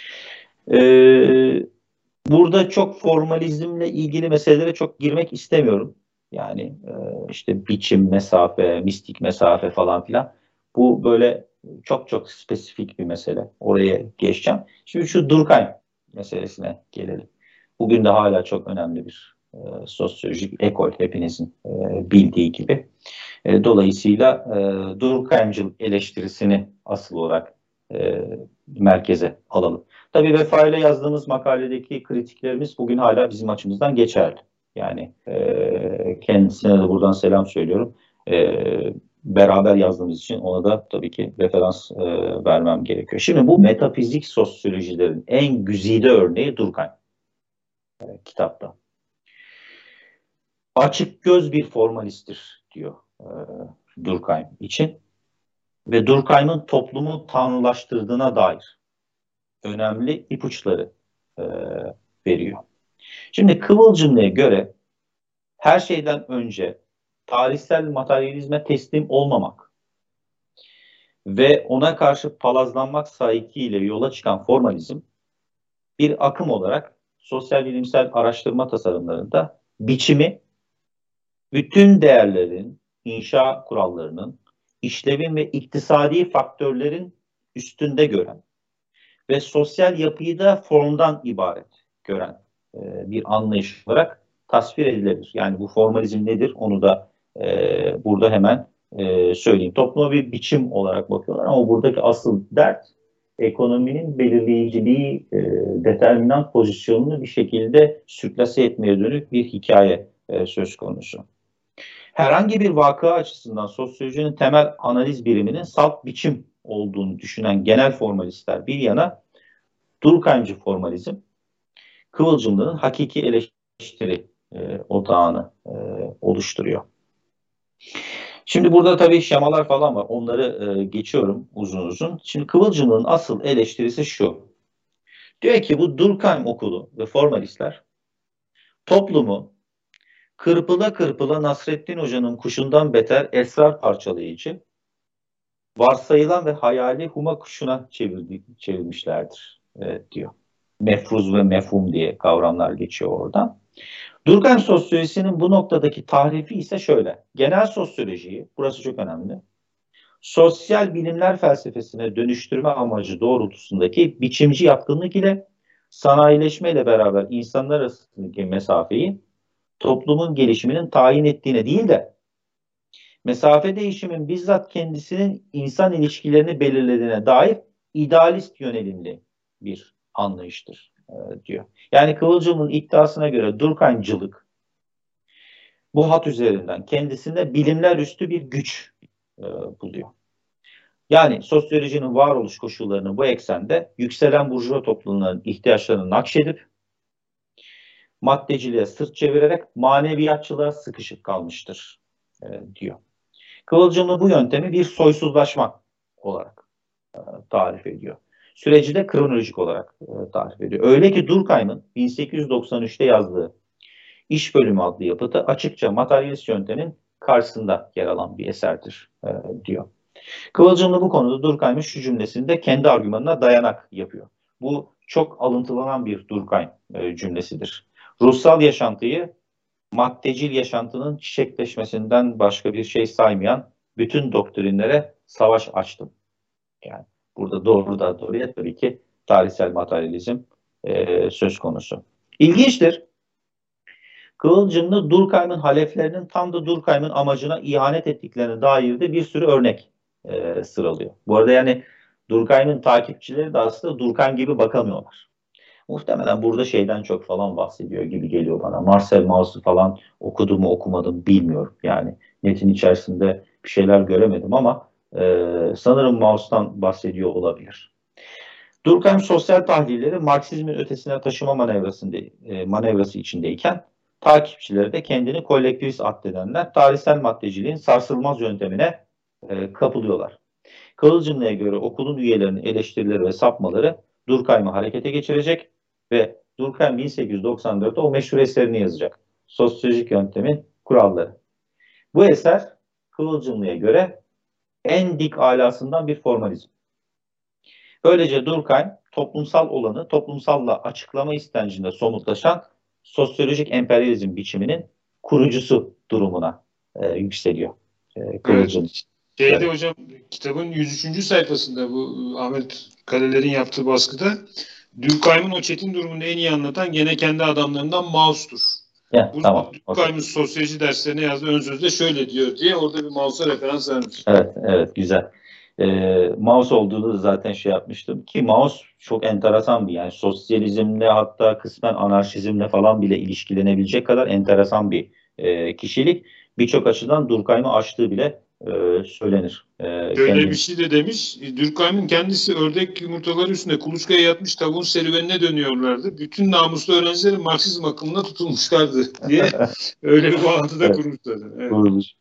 Speaker 2: Burada çok formalizmle ilgili meselelere çok girmek istemiyorum. Yani işte biçim, mesafe, mistik mesafe falan filan. Bu böyle çok çok spesifik bir mesele. Oraya geçeceğim. Şimdi şu Durkheim meselesine gelelim. Bugün de hala çok önemli bir sosyolojik ekol, hepinizin bildiği gibi. Dolayısıyla Durkheimcıl eleştirisini asıl olarak merkeze alalım. Tabii Vefa ile yazdığımız makaledeki kritiklerimiz bugün hala bizim açımızdan geçerli. Yani kendisine de buradan selam söylüyorum. Beraber yazdığımız için ona da tabii ki referans vermem gerekiyor. Şimdi bu metafizik sosyolojilerin en güzide örneği Durkheim kitapta. Açık göz bir formalisttir diyor Durkheim için. Ve Durkheim'ın toplumu tanrılaştırdığına dair önemli ipuçları veriyor. Şimdi Kıvılcımlı'ya göre her şeyden önce tarihsel materyalizme teslim olmamak ve ona karşı palazlanmak sahikiyle yola çıkan formalizm bir akım olarak sosyal bilimsel araştırma tasarımlarında biçimi bütün değerlerin, inşa kurallarının, işlevin ve iktisadi faktörlerin üstünde gören ve sosyal yapıyı da formdan ibaret gören bir anlayış olarak tasvir edilebilir. Yani bu formalizm nedir? Onu da burada hemen söyleyeyim. Topluma bir biçim olarak bakıyorlar ama buradaki asıl dert ekonominin belirleyiciliği, determinant pozisyonunu bir şekilde sürklase etmeye dönük bir hikaye söz konusu. Herhangi bir vakıa açısından sosyolojinin temel analiz biriminin salt biçim olduğunu düşünen genel formalistler bir yana, Durkheimci formalizm, Kıvılcımlı'nın hakiki eleştiri odağını oluşturuyor. Şimdi burada tabii şemalar falan var. Onları geçiyorum uzun uzun. Şimdi Kıvılcımlı'nın asıl eleştirisi şu. Diyor ki bu Durkheim okulu ve formalistler toplumu kırpıla kırpıla Nasrettin Hoca'nın kuşundan beter esrar parçalayıcı, varsayılan ve hayali huma kuşuna çevirmişlerdir diyor. Mefruz ve mefhum diye kavramlar geçiyor oradan. Durkheim sosyolojisinin bu noktadaki tahrifi ise şöyle. Genel sosyolojiyi, burası çok önemli, sosyal bilimler felsefesine dönüştürme amacı doğrultusundaki biçimci yatkınlık ile sanayileşme ile beraber insanlar arasındaki mesafeyi toplumun gelişiminin tayin ettiğine değil de mesafe değişimin bizzat kendisinin insan ilişkilerini belirlediğine dair idealist yönelimli bir anlayıştır diyor. Yani Kıvılcım'ın iddiasına göre Durkheimcılık bu hat üzerinden kendisinde bilimler üstü bir güç buluyor. Yani sosyolojinin varoluş koşullarını bu eksende yükselen burjuva toplumlarının ihtiyaçlarını nakşedip maddeciliğe sırt çevirerek maneviyatçılığa sıkışıp kalmıştır diyor. Kıvılcımlı bu yöntemi bir soysuzlaşma olarak tarif ediyor. Süreci de kronolojik olarak tarif ediyor. Öyle ki Durkheim'ın 1893'te yazdığı İş Bölümü adlı yapıtı açıkça materyalist yöntemin karşısında yer alan bir eserdir diyor. Kıvılcımlı bu konuda Durkheim'in şu cümlesinde kendi argümanına dayanak yapıyor. Bu çok alıntılanan bir Durkheim cümlesidir. Ruhsal yaşantıyı maddecil yaşantının çiçekleşmesinden başka bir şey saymayan bütün doktrinlere savaş açtım. Yani burada doğruya tabii ki tarihsel materyalizm söz konusu. İlginçtir. Kıvılcımlı Durkheim'in haleflerinin tam da Durkheim'in amacına ihanet ettiklerine dair de bir sürü örnek sıralıyor. Bu arada yani Durkheim'in takipçileri de aslında Durkheim gibi bakamıyorlar. Muhtemelen burada şeyden çok falan bahsediyor gibi geliyor bana. Marcel Mauss'u falan okudu mu okumadım bilmiyorum. Yani metin içerisinde bir şeyler göremedim ama sanırım Mauss'tan bahsediyor olabilir. Durkheim sosyal tahlilleri Marksizmin ötesine taşıma manevrası içindeyken takipçileri de kendini kolektivist addedenler tarihsel maddeciliğin sarsılmaz yöntemine kapılıyorlar. Kıvılcımlı'ya göre okulun üyelerinin eleştirileri ve sapmaları Durkheim'i harekete geçirecek ve Durkheim 1894'te o meşhur eserini yazacak. Sosyolojik yöntemin kuralları. Bu eser Kıvılcımlı'ya göre en dik alasından bir formalizm. Böylece Durkheim toplumsal olanı toplumsalla açıklama istencinde somutlaşan sosyolojik emperyalizm biçiminin kurucusu durumuna yükseliyor.
Speaker 1: Kıvılcım. Şeyde hocam kitabın 103. sayfasında bu Ahmet Kaleler'in yaptığı baskıda Durkheim'in o çetin durumunu en iyi anlatan gene kendi adamlarından Mauss'tur. Burada
Speaker 2: tamam,
Speaker 1: Durkheim'in sosyoloji derslerine yazdığı ön sözde şöyle diyor diye orada bir Mauss'a referans vermiş.
Speaker 2: Evet güzel. Maus olduğunu da zaten şey yapmıştım ki Maus çok enteresan bir, yani sosyalizmle hatta kısmen anarşizmle falan bile ilişkilenebilecek kadar enteresan bir kişilik. Birçok açıdan Durkheim'i aştığı bile söylenir.
Speaker 1: Şöyle bir şey de demiş. Durkheim'in kendisi ördek yumurtaları üstünde kuluçkaya yatmış tavuğun serüvenine dönüyorlardı. Bütün namuslu öğrencileri Marksizm akımına tutulmuşlardı diye öyle bir bağlantıda kurmuşlar. Evet.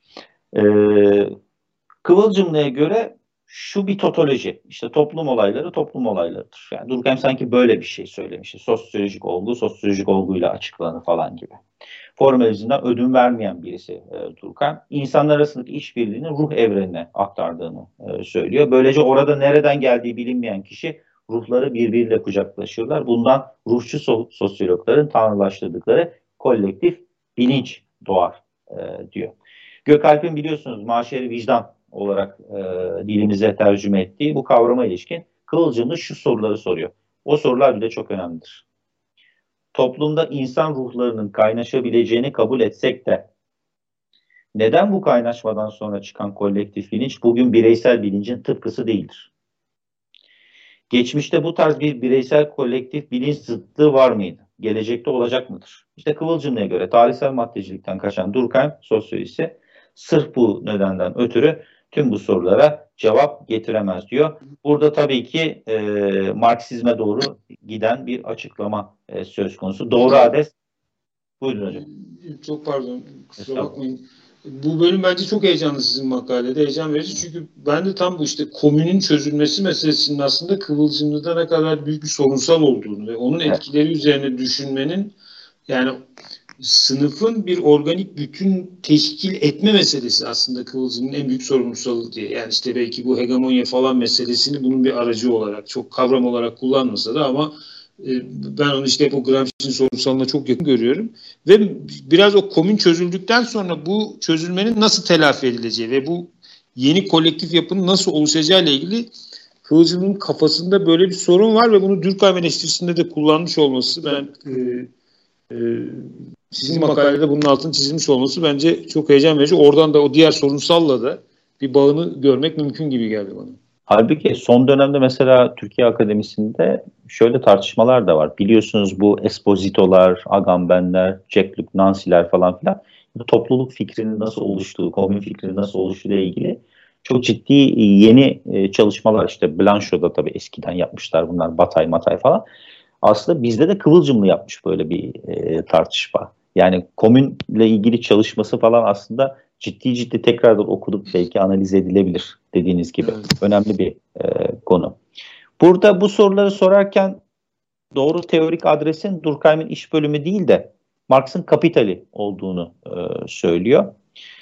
Speaker 2: Kıvılcımlı'ya göre şu bir totoloji. İşte toplum olayları toplum olaylarıdır. Yani Durkheim sanki böyle bir şey söylemiş. Sosyolojik olgu sosyolojik olguyla açıklanır falan gibi. Formalizmden ödün vermeyen birisi Durkheim. İnsanlar arasındaki işbirliğini ruh evrenine aktardığını söylüyor. Böylece orada nereden geldiği bilinmeyen kişi ruhları birbiriyle kucaklaşıyorlar. Bundan ruhçu sosyologların tanrılaştırdıkları kolektif bilinç doğar diyor. Gökalp'in biliyorsunuz maşeri vicdan olarak dilimize tercüme ettiği bu kavrama ilişkin Kıvılcımlı şu soruları soruyor. O sorular bile çok önemlidir. Toplumda insan ruhlarının kaynaşabileceğini kabul etsek de neden bu kaynaşmadan sonra çıkan kolektif bilinç bugün bireysel bilincin tıpkısı değildir? Geçmişte bu tarz bir bireysel kolektif bilinç zıtlığı var mıydı? Gelecekte olacak mıdır? İşte Kıvılcımlı'ya göre tarihsel maddecilikten kaçan Durkheim sosyolojisi sırf bu nedenden ötürü tüm bu sorulara cevap getiremez diyor. Burada tabii ki Marksizme doğru giden bir açıklama söz konusu. Doğru adres. Buyurun hocam.
Speaker 1: Çok pardon. Kusura bakmayın. Bu bölüm bence çok heyecanlı sizin makalede. Heyecan verici çünkü ben de tam bu işte komünün çözülmesi meselesinin aslında Kıvılcımlı'da ne kadar büyük bir sorunsal olduğunu ve onun etkileri üzerine düşünmenin, yani sınıfın bir organik bütün teşkil etme meselesi aslında Kıvılcım'ın en büyük sorumlusu diye. Yani işte belki bu hegemonya falan meselesini bunun bir aracı olarak, çok kavram olarak kullanmasa da ama ben onu işte hep o Gramsci'nin sorunsalına çok yakın görüyorum. Ve biraz o komün çözüldükten sonra bu çözülmenin nasıl telafi edileceği ve bu yeni kolektif yapının nasıl oluşacağı ile ilgili Kıvılcım'ın kafasında böyle bir sorun var ve bunu Durkheim eleştirisinde de kullanmış olması, ben sizin makalede bunun altını çizilmiş olması bence çok heyecan verici. Oradan da o diğer sorunsalla da bir bağını görmek mümkün gibi geldi bana.
Speaker 2: Halbuki son dönemde mesela Türkiye Akademisi'nde şöyle tartışmalar da var. Biliyorsunuz bu Esposito'lar, Agambenler, Jack Luke, Nancy'ler falan filan topluluk fikrinin nasıl oluştuğu, komün fikrinin nasıl oluştuğu ile ilgili çok ciddi yeni çalışmalar. İşte Blanchot'da tabii eskiden yapmışlar bunlar, Bataille, Matay falan. Aslında bizde de Kıvılcımlı yapmış böyle bir tartışma. Yani komünle ilgili çalışması falan aslında ciddi tekrardan okudup belki analiz edilebilir dediğiniz gibi. Evet. Önemli bir konu. Burada bu soruları sorarken doğru teorik adresin Durkheim'in iş bölümü değil de Marx'ın Kapitali olduğunu söylüyor.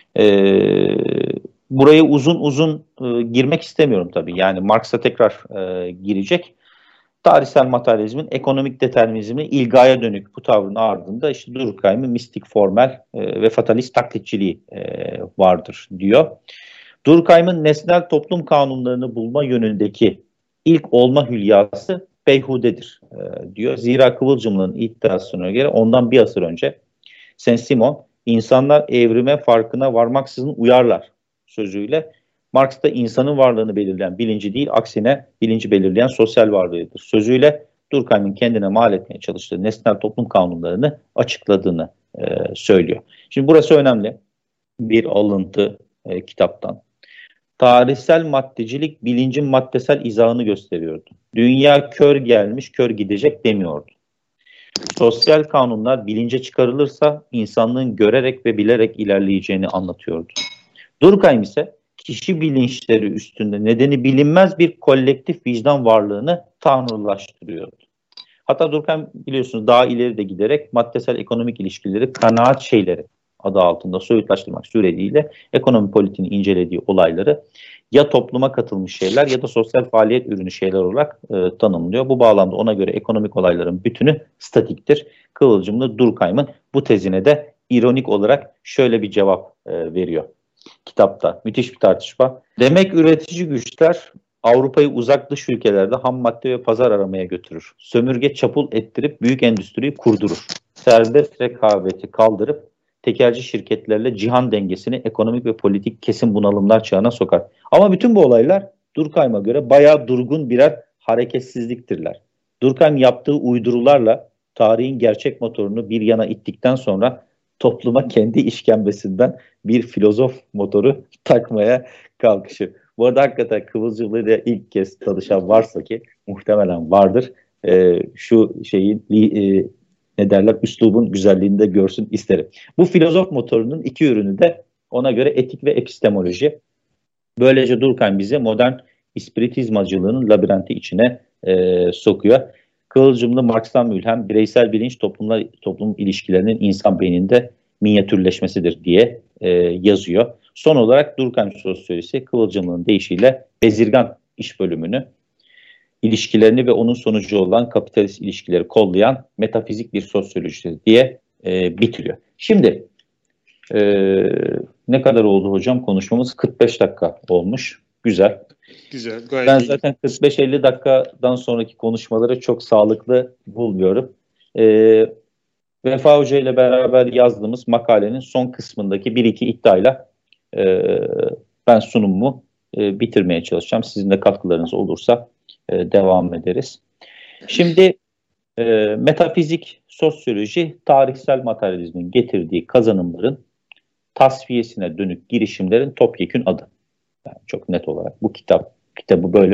Speaker 2: Buraya uzun girmek istemiyorum tabii. Yani Marx'a tekrar girecek. Tarihsel materyalizmin ekonomik determinizmi ilgaya dönük bu tavrın ardında işte Durkheim'in mistik formel ve fatalist taklitçiliği vardır diyor. Durkheim'in nesnel toplum kanunlarını bulma yönündeki ilk olma hülyası beyhudedir diyor. Zira Kıvılcımlı'nın iddiasına göre ondan bir asır önce Saint-Simon insanlar evrime farkına varmaksızın uyarlar sözüyle Marx'ta insanın varlığını belirleyen bilinci değil, aksine bilinci belirleyen sosyal varlığıdır sözüyle Durkheim'in kendine mal etmeye çalıştığı nesnel toplum kanunlarını açıkladığını söylüyor. Şimdi burası önemli bir alıntı kitaptan. Tarihsel maddecilik bilincin maddesel izahını gösteriyordu. Dünya kör gelmiş, kör gidecek demiyordu. Sosyal kanunlar bilince çıkarılırsa insanlığın görerek ve bilerek ilerleyeceğini anlatıyordu. Durkheim ise kişi bilinçleri üstünde nedeni bilinmez bir kolektif vicdan varlığını tanrılaştırıyordu. Hatta Durkheim biliyorsunuz daha ileri de giderek maddesel ekonomik ilişkileri kanaat şeyleri adı altında soyutlaştırmak suretiyle ekonomi politiğini incelediği olayları ya topluma katılmış şeyler ya da sosyal faaliyet ürünü şeyler olarak tanımlıyor. Bu bağlamda ona göre ekonomik olayların bütünü statiktir. Kıvılcımlı Durkheim'in bu tezine de ironik olarak şöyle bir cevap veriyor kitapta. Müthiş bir tartışma. Demek üretici güçler Avrupa'yı uzak dış ülkelerde ham madde ve pazar aramaya götürür. Sömürge çapul ettirip büyük endüstriyi kurdurur. Serbest rekabeti kaldırıp tekelci şirketlerle cihan dengesini ekonomik ve politik kesin bunalımlar çağına sokar. Ama bütün bu olaylar Durkheim'a göre bayağı durgun birer hareketsizliktirler. Durkheim yaptığı uydurularla tarihin gerçek motorunu bir yana ittikten sonra topluma kendi işkembesinden bir filozof motoru takmaya kalkışır. Bu arada hakikaten Kıvılcımlı'yla ilk kez tanışan varsa ki muhtemelen vardır. Şu şeyin ne derler, üslubun güzelliğini de görsün isterim. Bu filozof motorunun iki ürünü de ona göre etik ve epistemoloji. Böylece Durkheim bize modern ispiritizmacılığının labirenti içine sokuyor. Kıvılcımlı Marx'tan mülhem bireysel bilinç toplum ilişkilerinin insan beyninde minyatürleşmesidir diye yazıyor. Son olarak Durkheim sosyolojisi Kıvılcımlı'nın deyişiyle bezirgan iş bölümünü, ilişkilerini ve onun sonucu olan kapitalist ilişkileri kollayan metafizik bir sosyoloji diye bitiriyor. Şimdi ne kadar oldu hocam konuşmamız? 45 dakika olmuş. Güzel.
Speaker 1: Güzel. Gayet
Speaker 2: ben
Speaker 1: iyi.
Speaker 2: Zaten 45-50 dakikadan sonraki konuşmaları çok sağlıklı bulmuyorum. Vefa Hoca ile beraber yazdığımız makalenin son kısmındaki bir iki iddiayla ben sunumumu bitirmeye çalışacağım. Sizin de katkılarınız olursa devam ederiz. Şimdi metafizik sosyoloji tarihsel materyalizmin getirdiği kazanımların tasfiyesine dönük girişimlerin topyekün adı. Yani çok net olarak bu kitabı böyle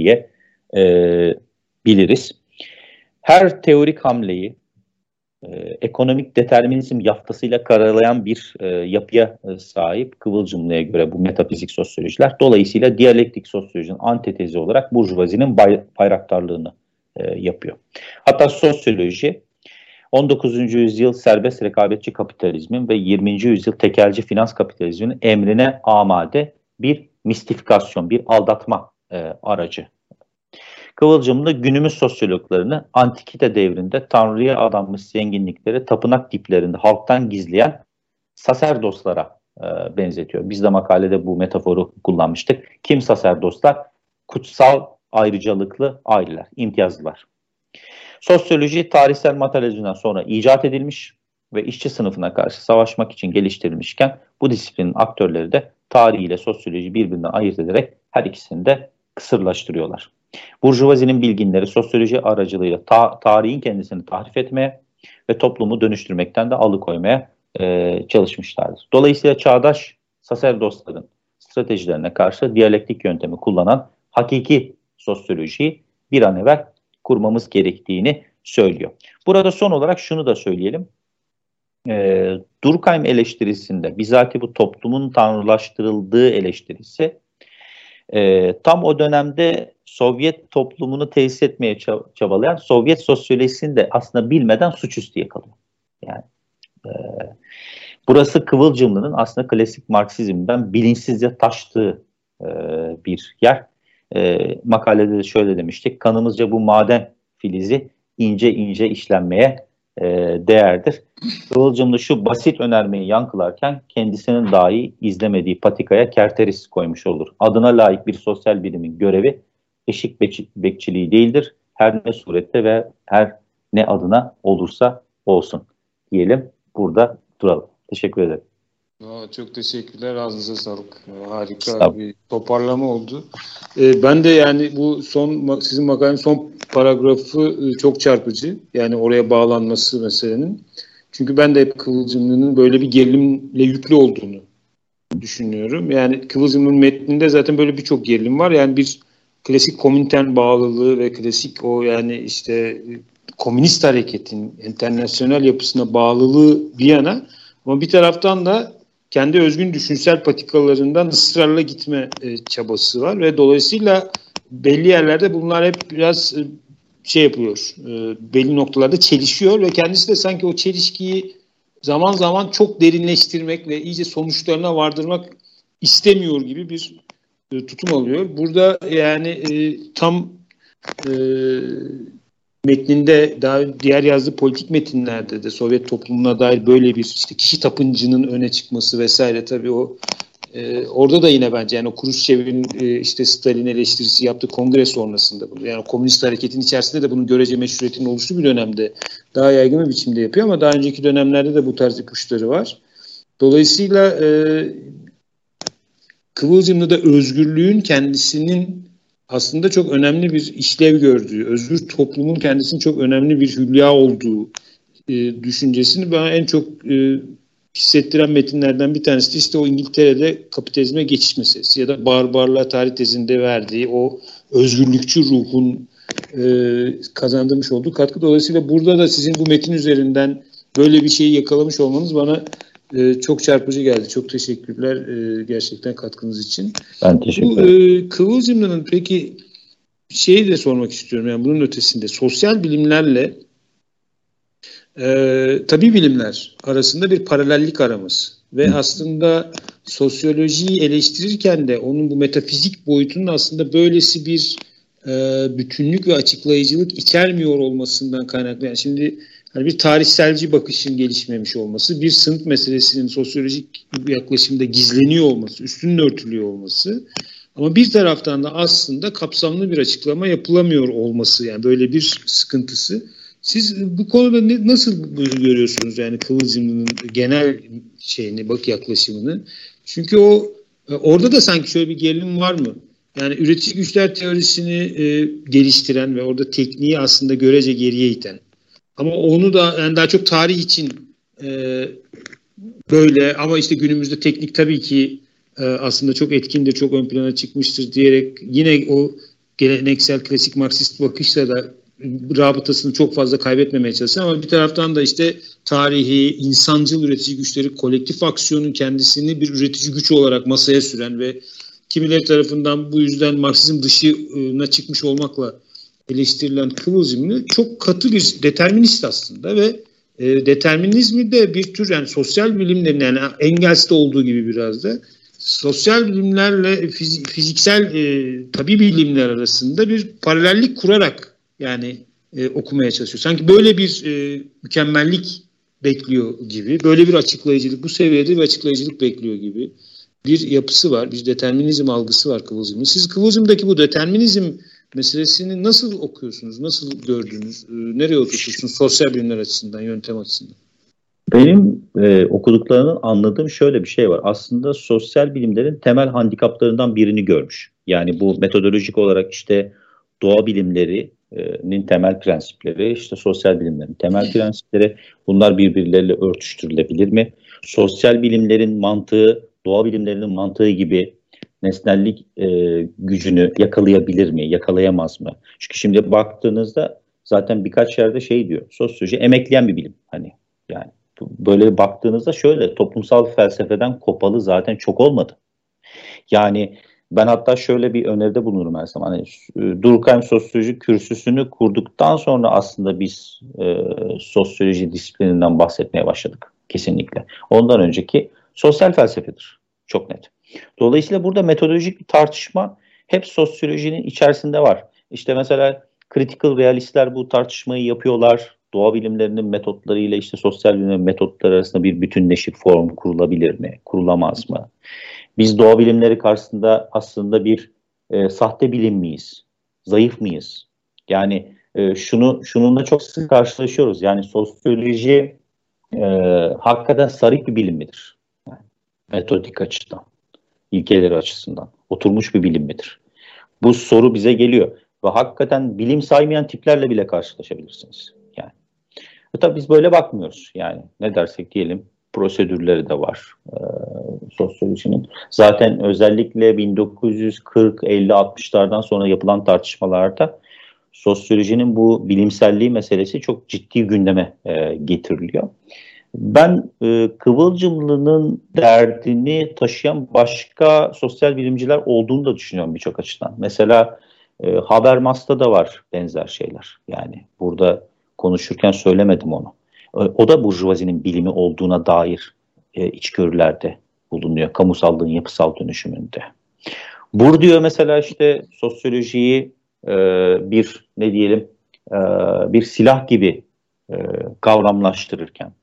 Speaker 2: özetleyebiliriz. Her teorik hamleyi ekonomik determinizm yaftasıyla karalayan bir yapıya sahip Kıvılcımlı'ya göre bu metafizik sosyolojiler. Dolayısıyla diyalektik sosyolojinin antitezi olarak burjuvazinin bayraktarlığını yapıyor. Hatta sosyoloji 19. yüzyıl serbest rekabetçi kapitalizmin ve 20. yüzyıl tekelci finans kapitalizminin emrine amade bir mistifikasyon, bir aldatma aracı. Kıvılcımlı günümüz sosyologlarını antikite devrinde Tanrı'ya adanmış zenginlikleri tapınak diplerinde halktan gizleyen saserdoslara benzetiyor. Biz de makalede bu metaforu kullanmıştık. Kim saserdoslar? Kutsal, ayrıcalıklı aileler, imtiyazlılar. Sosyoloji tarihsel materyalizmden sonra icat edilmiş ve işçi sınıfına karşı savaşmak için geliştirilmişken bu disiplinin aktörleri de tarih ile sosyoloji birbirinden ayırt ederek her ikisini de kısırlaştırıyorlar. Burjuvazinin bilginleri sosyoloji aracılığıyla tarihin kendisini tahrif etmeye ve toplumu dönüştürmekten de alıkoymaya çalışmışlardır. Dolayısıyla çağdaş saserdosların stratejilerine karşı diyalektik yöntemi kullanan hakiki sosyolojiyi bir an evvel kurmamız gerektiğini söylüyor. Burada son olarak şunu da söyleyelim. Durkheim eleştirisinde bizatihi bu toplumun tanrılaştırıldığı eleştirisi tam o dönemde Sovyet toplumunu tesis etmeye çabalayan Sovyet sosyolojisini de aslında bilmeden suçüstü yakalıyor. Yani burası Kıvılcımlı'nın aslında klasik Marksizm'den bilinçsizce taştığı bir yer. Makalede de şöyle demiştik. Kanımızca bu maden filizi ince ince işlenmeye değerdir. Kıvılcımlı şu basit önermeyi yankılarken kendisinin dahi izlemediği patikaya kerteris koymuş olur. Adına layık bir sosyal bilimin görevi eşik bekçiliği değildir. Her ne surette ve her ne adına olursa olsun diyelim. Burada duralım. Teşekkür ederim.
Speaker 1: Çok teşekkürler. Ağzınıza sağlık. Harika bir toparlama oldu. Ben de yani bu sizin makalenin son paragrafı çok çarpıcı. Yani oraya bağlanması meselenin. Çünkü ben de hep Kıvılcımlı'nın böyle bir gerilimle yüklü olduğunu düşünüyorum. Yani Kıvılcımlı'nın metninde zaten böyle birçok gerilim var. Yani bir klasik komünten bağlılığı ve klasik o yani işte komünist hareketin internasyonel yapısına bağlılığı bir yana, ama bir taraftan da kendi özgün düşünsel patikalarından ısrarla gitme çabası var ve dolayısıyla belli yerlerde bunlar hep biraz yapıyor. Belli noktalarda çelişiyor ve kendisi de sanki o çelişkiyi zaman zaman çok derinleştirmek ve iyice sonuçlarına vardırmak istemiyor gibi bir tutum alıyor. Burada yani tam metninde, daha diğer yazdığı politik metinlerde de Sovyet toplumuna dair böyle bir işte kişi tapıncının öne çıkması vesaire, tabii o orada da yine bence yani o Khrushchev'in işte Stalin eleştirisi yaptığı kongre sonrasında, yani komünist hareketin içerisinde de bunun görece meşruiyetinin oluştuğu bir dönemde daha yaygın bir biçimde yapıyor, ama daha önceki dönemlerde de bu tarz ipuçları var. Dolayısıyla Kıvılcımlı'da özgürlüğün kendisinin aslında çok önemli bir işlev gördüğü, özgür toplumun kendisinin çok önemli bir hülya olduğu düşüncesini bana en çok hissettiren metinlerden bir tanesi de işte o İngiltere'de kapitalizme geçiş meselesi ya da barbarlığa tarih tezinde verdiği o özgürlükçü ruhun kazandırmış olduğu katkı. Dolayısıyla burada da sizin bu metin üzerinden böyle bir şeyi yakalamış olmanız bana çok çarpıcı geldi. Çok teşekkürler gerçekten katkınız için.
Speaker 2: Ben teşekkür ederim.
Speaker 1: Bu Kıvılcımlı'nın peki şeyi de sormak istiyorum. Yani bunun ötesinde sosyal bilimlerle tabii bilimler arasında bir paralellik aramız ve aslında sosyolojiyi eleştirirken de onun bu metafizik boyutunun aslında böylesi bir bütünlük ve açıklayıcılık içermiyor olmasından kaynaklı. Yani şimdi hani bir tarihselci bakışın gelişmemiş olması, bir sınıf meselesinin sosyolojik yaklaşımda gizleniyor olması, üstünün örtülüyor olması ama bir taraftan da aslında kapsamlı bir açıklama yapılamıyor olması, yani böyle bir sıkıntısı. Siz bu konuda nasıl görüyorsunuz yani Kıvılcımlı'nın genel şeyini, yaklaşımını? Çünkü orada da sanki şöyle bir gerilim var mı? Yani üretici güçler teorisini geliştiren ve orada tekniği aslında görece geriye iten. Ama onu da yani daha çok tarih için böyle ama işte günümüzde teknik tabii ki aslında çok etkindir, çok ön plana çıkmıştır diyerek yine o geleneksel klasik Marksist bakışla da rabıtasını çok fazla kaybetmemeye çalışıyor ama bir taraftan da işte tarihi, insancıl üretici güçleri, kolektif aksiyonun kendisini bir üretici güç olarak masaya süren ve kimileri tarafından bu yüzden Marksizm dışına çıkmış olmakla eleştirilen Kıvılcımlı çok katı bir determinist aslında ve determinizmi de bir tür yani sosyal bilimlerin yani Engels'te olduğu gibi biraz da sosyal bilimlerle fiziksel tabii bilimler arasında bir paralellik kurarak yani okumaya çalışıyor. Sanki böyle bir mükemmellik bekliyor gibi, böyle bir açıklayıcılık, bu seviyede bir açıklayıcılık bekliyor gibi bir yapısı var, bir determinizm algısı var Kıvılcım'ın. Siz Kıvılcım'daki bu determinizm meselesini nasıl okuyorsunuz, nasıl gördünüz, nereye oturtursunuz sosyal bilimler açısından, yöntem açısından?
Speaker 2: Benim okuduklarının anladığım şöyle bir şey var. Aslında sosyal bilimlerin temel handikaplarından birini görmüş. Yani bu metodolojik olarak işte doğa bilimlerinin temel prensipleri, işte sosyal bilimlerin temel prensipleri, bunlar birbirleriyle örtüştürülebilir mi? Sosyal bilimlerin mantığı, doğa bilimlerinin mantığı gibi nesnellik gücünü yakalayabilir mi, yakalayamaz mı? Çünkü şimdi baktığınızda zaten birkaç yerde şey diyor, sosyoloji emekleyen bir bilim. Hani yani böyle baktığınızda şöyle toplumsal felsefeden kopalı zaten çok olmadı. Yani ben hatta şöyle bir öneride bulunurum her zaman. Hani Durkheim sosyoloji kürsüsünü kurduktan sonra aslında biz sosyoloji disiplininden bahsetmeye başladık kesinlikle. Ondan önceki sosyal felsefedir. Çok net. Dolayısıyla burada metodolojik bir tartışma hep sosyolojinin içerisinde var. İşte mesela critical realistler bu tartışmayı yapıyorlar. Doğa bilimlerinin metotlarıyla işte sosyal bilimlerin metotları arasında bir bütünleşik form kurulabilir mi, kurulamaz mı? Biz doğa bilimleri karşısında aslında bir sahte bilim miyiz? Zayıf mıyız? Yani şununla çok sık karşılaşıyoruz. Yani sosyoloji hakikaten sarık bir bilim midir? Yani, metodik açıdan, ilkeleri açısından oturmuş bir bilim midir? Bu soru bize geliyor. Ve hakikaten bilim saymayan tiplerle bile karşılaşabilirsiniz. Yani. Tabii biz böyle bakmıyoruz. Yani ne dersek diyelim prosedürleri de var sosyolojinin. Zaten özellikle 1940, 50, 60'lardan sonra yapılan tartışmalarda sosyolojinin bu bilimselliği meselesi çok ciddi gündeme getiriliyor. Ben Kıvılcımlı'nın derdini taşıyan başka sosyal bilimciler olduğunu da düşünüyorum birçok açıdan. Mesela Habermas'ta da var benzer şeyler. Yani burada konuşurken söylemedim onu. O da burjuvazinin bilimi olduğuna dair içgörülerde bulunuyor. Kamusallığın yapısal dönüşümünde. Bourdieu mesela işte sosyolojiyi bir ne diyelim bir silah gibi kavramlaştırırken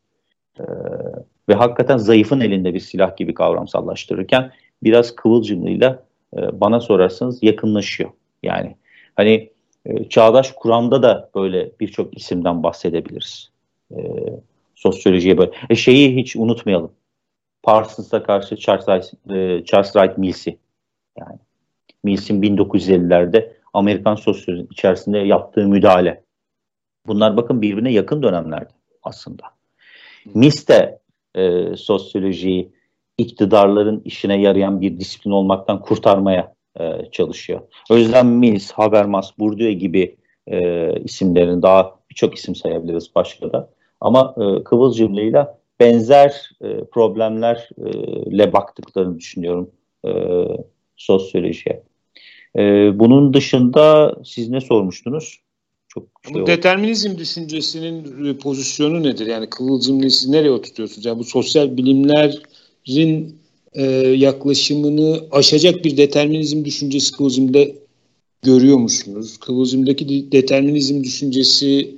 Speaker 2: ve hakikaten zayıfın elinde bir silah gibi kavramsallaştırırken biraz Kıvılcımlı'yla bana sorarsanız yakınlaşıyor. Yani hani çağdaş kuramda da böyle birçok isimden bahsedebiliriz. Sosyolojiye böyle. Şeyi hiç unutmayalım. Parsons'a karşı Charles Wright Mills'i. Yani Mills'in 1950'lerde Amerikan sosyolojisi içerisinde yaptığı müdahale. Bunlar bakın birbirine yakın dönemlerde aslında. Mises de sosyolojiyi iktidarların işine yarayan bir disiplin olmaktan kurtarmaya çalışıyor. O yüzden Mises, Habermas, Bourdieu gibi isimlerin, daha birçok isim sayabiliriz başka da. Ama Kıvılcımlı'yla benzer problemlerle baktıklarını düşünüyorum sosyolojiye. Bunun dışında siz ne sormuştunuz? Çok
Speaker 1: Bu determinizm düşüncesinin pozisyonu nedir? Yani Kıvılcımlı'yı siz nereye oturtuyorsunuz? Yani bu sosyal bilimlerin yaklaşımını aşacak bir determinizm düşüncesi Kıvılcım'da görüyor musunuz? Kıvılcım'daki determinizm düşüncesi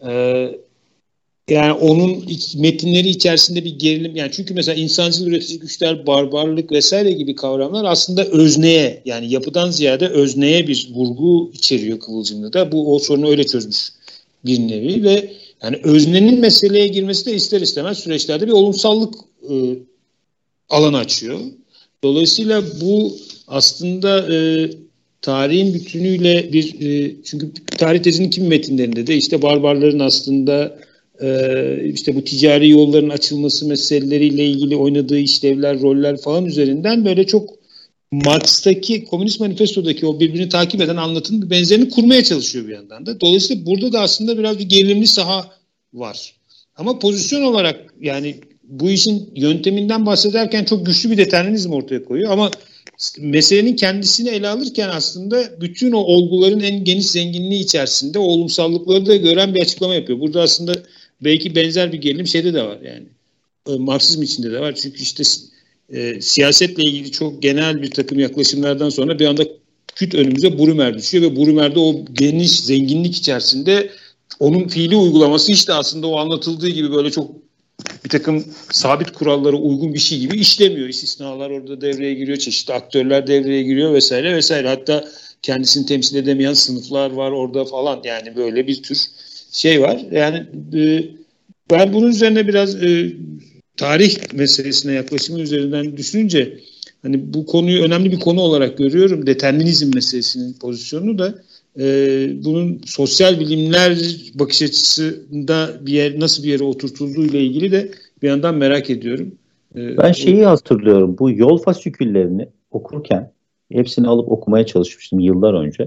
Speaker 1: yani onun metinleri içerisinde bir gerilim, yani çünkü mesela insancıl üretici güçler, barbarlık vesaire gibi kavramlar aslında özneye, yani yapıdan ziyade özneye bir vurgu içeriyor Kıvılcım'da da. Bu o sorunu öyle çözmüş bir nevi ve yani öznenin meseleye girmesi de ister istemez süreçlerde bir olumsallık alanı açıyor. Dolayısıyla bu aslında tarihin bütünüyle bir çünkü tarih tezinin kimi metinlerinde de işte barbarların aslında işte bu ticari yolların açılması meseleleriyle ilgili oynadığı işlevler, roller falan üzerinden böyle çok Marx'taki Komünist Manifesto'daki o birbirini takip eden anlatının bir benzerini kurmaya çalışıyor bir yandan da. Dolayısıyla burada da aslında biraz bir gerilimli saha var. Ama pozisyon olarak yani bu işin yönteminden bahsederken çok güçlü bir determinizm ortaya koyuyor ama meselenin kendisini ele alırken aslında bütün o olguların en geniş zenginliği içerisinde o olumsallıkları da gören bir açıklama yapıyor. Burada aslında belki benzer bir gerilim şeyde de var yani. Marksizm içinde de var. Çünkü işte siyasetle ilgili çok genel bir takım yaklaşımlardan sonra bir anda küt önümüze Brumer düşüyor ve Brumer'de o geniş zenginlik içerisinde onun fiili uygulaması işte aslında o anlatıldığı gibi böyle çok bir takım sabit kurallara uygun bir şey gibi işlemiyor. İstisnalar orada devreye giriyor, çeşitli aktörler devreye giriyor vesaire vesaire. Hatta kendisini temsil edemeyen sınıflar var orada falan. Yani böyle bir tür şey var. Yani ben bunun üzerine biraz tarih meselesine yaklaşımı üzerinden düşününce hani bu konuyu önemli bir konu olarak görüyorum. Determinizm meselesinin pozisyonunu da bunun sosyal bilimler bakış açısında nasıl bir yere oturtulduğu ile ilgili de bir yandan merak ediyorum.
Speaker 2: Ben şeyi hatırlıyorum. Bu yol fasiküllerini okurken hepsini alıp okumaya çalışmıştım yıllar önce.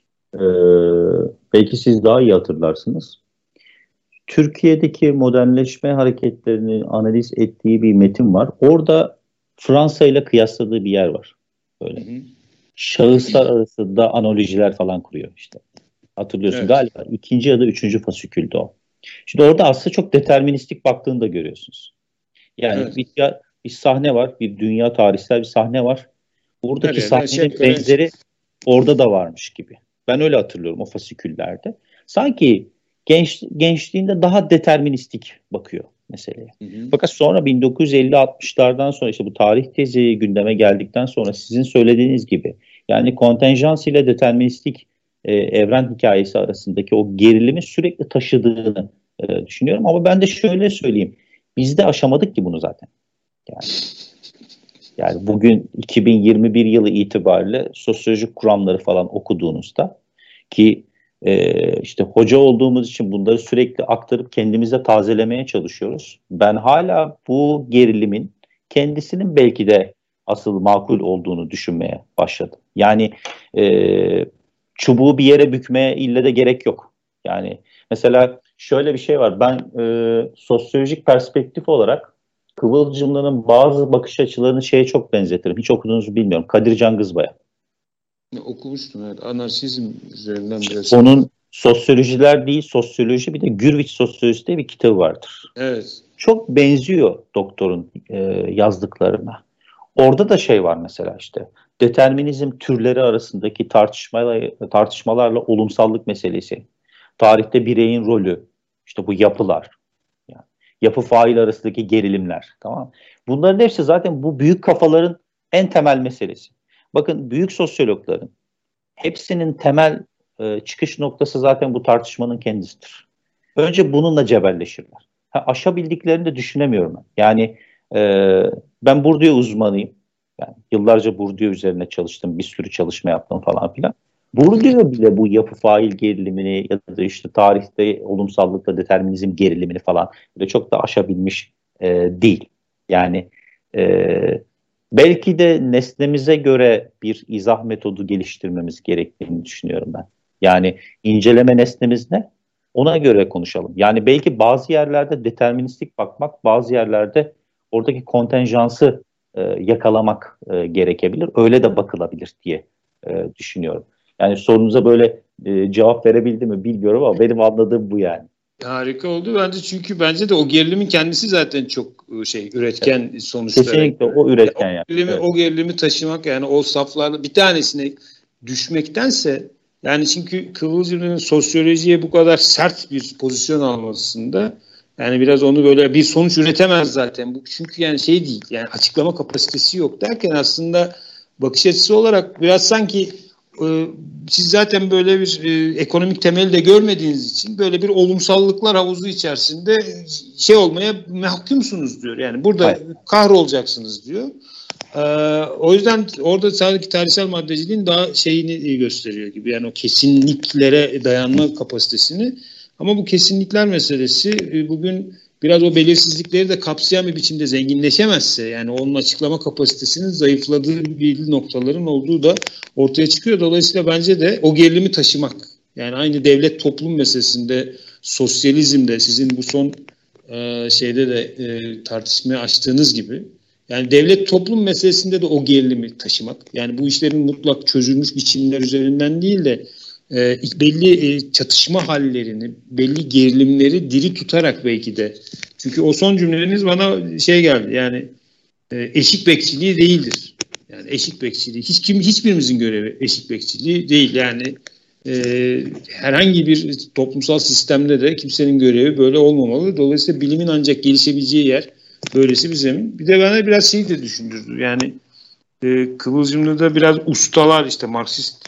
Speaker 2: Belki siz daha iyi hatırlarsınız. Türkiye'deki modernleşme hareketlerini analiz ettiği bir metin var. Orada Fransa ile kıyasladığı bir yer var. Böyle. Hı hı. Şahıslar arasında analojiler falan kuruyor işte. Hatırlıyorsun, evet. Galiba ikinci ya da üçüncü fasikülde o. Şimdi orada aslında çok deterministik baktığını da görüyorsunuz. Yani evet. bir sahne var, bir dünya tarihsel bir sahne var. Buradaki sahnenin benzeri orada da varmış gibi. Ben öyle hatırlıyorum o fasiküllerde. Sanki gençliğinde daha deterministik bakıyor meseleye. Hı hı. Fakat sonra 1950-60'lardan sonra işte bu tarih tezi gündeme geldikten sonra sizin söylediğiniz gibi yani kontenjans ile deterministik evren hikayesi arasındaki o gerilimi sürekli taşıdığını düşünüyorum. Ama ben de şöyle söyleyeyim. Biz de aşamadık ki bunu zaten. Yani bugün 2021 yılı itibariyle sosyolojik kuramları falan okuduğunuzda ki işte hoca olduğumuz için bunları sürekli aktarıp kendimize tazelemeye çalışıyoruz. Ben hala bu gerilimin kendisinin belki de asıl makul olduğunu düşünmeye başladım. Yani çubuğu bir yere bükmeye ille de gerek yok. Yani mesela şöyle bir şey var. Ben sosyolojik perspektif olarak Kıvılcımlı'nın bazı bakış açılarını şeye çok benzetirim. Hiç okuduğunuzu bilmiyorum. Kadir Cangızbay'a.
Speaker 1: Okumuştum, evet. Anarşizm üzerinden biraz.
Speaker 2: Onun sosyolojiler değil, sosyoloji, bir de Gürvich Sosyolojisi diye bir kitabı vardır.
Speaker 1: Evet.
Speaker 2: Çok benziyor doktorun yazdıklarına. Orada da şey var mesela işte. Determinizm türleri arasındaki tartışmalarla olumsallık meselesi. Tarihte bireyin rolü, işte bu yapılar. Yani yapı fail arasındaki gerilimler. Tamam. Bunların hepsi zaten bu büyük kafaların en temel meselesi. Bakın büyük sosyologların hepsinin temel çıkış noktası zaten bu tartışmanın kendisidir. Önce bununla cebelleşirler. Aşabildiklerini de düşünemiyorum ben. Yani ben Bourdieu uzmanıyım. Yani yıllarca Bourdieu üzerine çalıştım. Bir sürü çalışma yaptım falan filan. Bourdieu bile bu yapı fail gerilimini ya da işte tarihte olumsallıkla determinizm gerilimini falan da çok da aşabilmiş değil. Yani belki de nesnemize göre bir izah metodu geliştirmemiz gerektiğini düşünüyorum ben. Yani inceleme nesnemiz ne? Ona göre konuşalım. Yani belki bazı yerlerde deterministik bakmak, bazı yerlerde oradaki kontenjansı yakalamak gerekebilir. Öyle de bakılabilir diye düşünüyorum. Yani sorunuza böyle cevap verebildim mi bilmiyorum ama benim anladığım bu yani.
Speaker 1: Harika oldu bence, çünkü bence de o gerilimin kendisi zaten çok üretken sonuçlara.
Speaker 2: Kesinlikle o üretken yani. Evet.
Speaker 1: O gerilimi taşımak, yani o saflarda bir tanesine düşmektense, yani çünkü Kıvılcım'ın sosyolojiye bu kadar sert bir pozisyon almasında, yani biraz onu böyle bir sonuç üretemez zaten. Bu çünkü yani şey değil, yani açıklama kapasitesi yok derken aslında bakış açısı olarak biraz sanki siz zaten böyle bir ekonomik temeli de görmediğiniz için böyle bir olumsallıklar havuzu içerisinde şey olmaya mahkumsunuz diyor. Yani burada
Speaker 2: Hayır.
Speaker 1: kahrolacaksınız diyor. O yüzden orada sadece tarihsel maddeciliğin daha şeyini gösteriyor gibi. Yani o kesinliklere dayanma kapasitesini. Ama bu kesinlikler meselesi bugün biraz o belirsizlikleri de kapsayan bir biçimde zenginleşemezse, yani onun açıklama kapasitesinin zayıfladığı bir noktaların olduğu da ortaya çıkıyor. Dolayısıyla bence de o gerilimi taşımak, yani aynı devlet toplum meselesinde, sosyalizmde sizin bu son şeyde de tartışmaya açtığınız gibi, yani devlet toplum meselesinde de o gerilimi taşımak, yani bu işlerin mutlak çözülmüş biçimler üzerinden değil de belli çatışma hallerini, belli gerilimleri diri tutarak belki de. Çünkü o son cümleleriniz bana şey geldi, yani eşik bekçiliği değildir. Yani eşik bekçiliği, hiçbirimizin görevi eşik bekçiliği değil. Yani herhangi bir toplumsal sistemde de kimsenin görevi böyle olmamalı. Dolayısıyla bilimin ancak gelişebileceği yer böylesi bir zemin. Bir de bana biraz şey de düşündürdü. Yani Kıvılcım'da da biraz ustalar, işte Marksist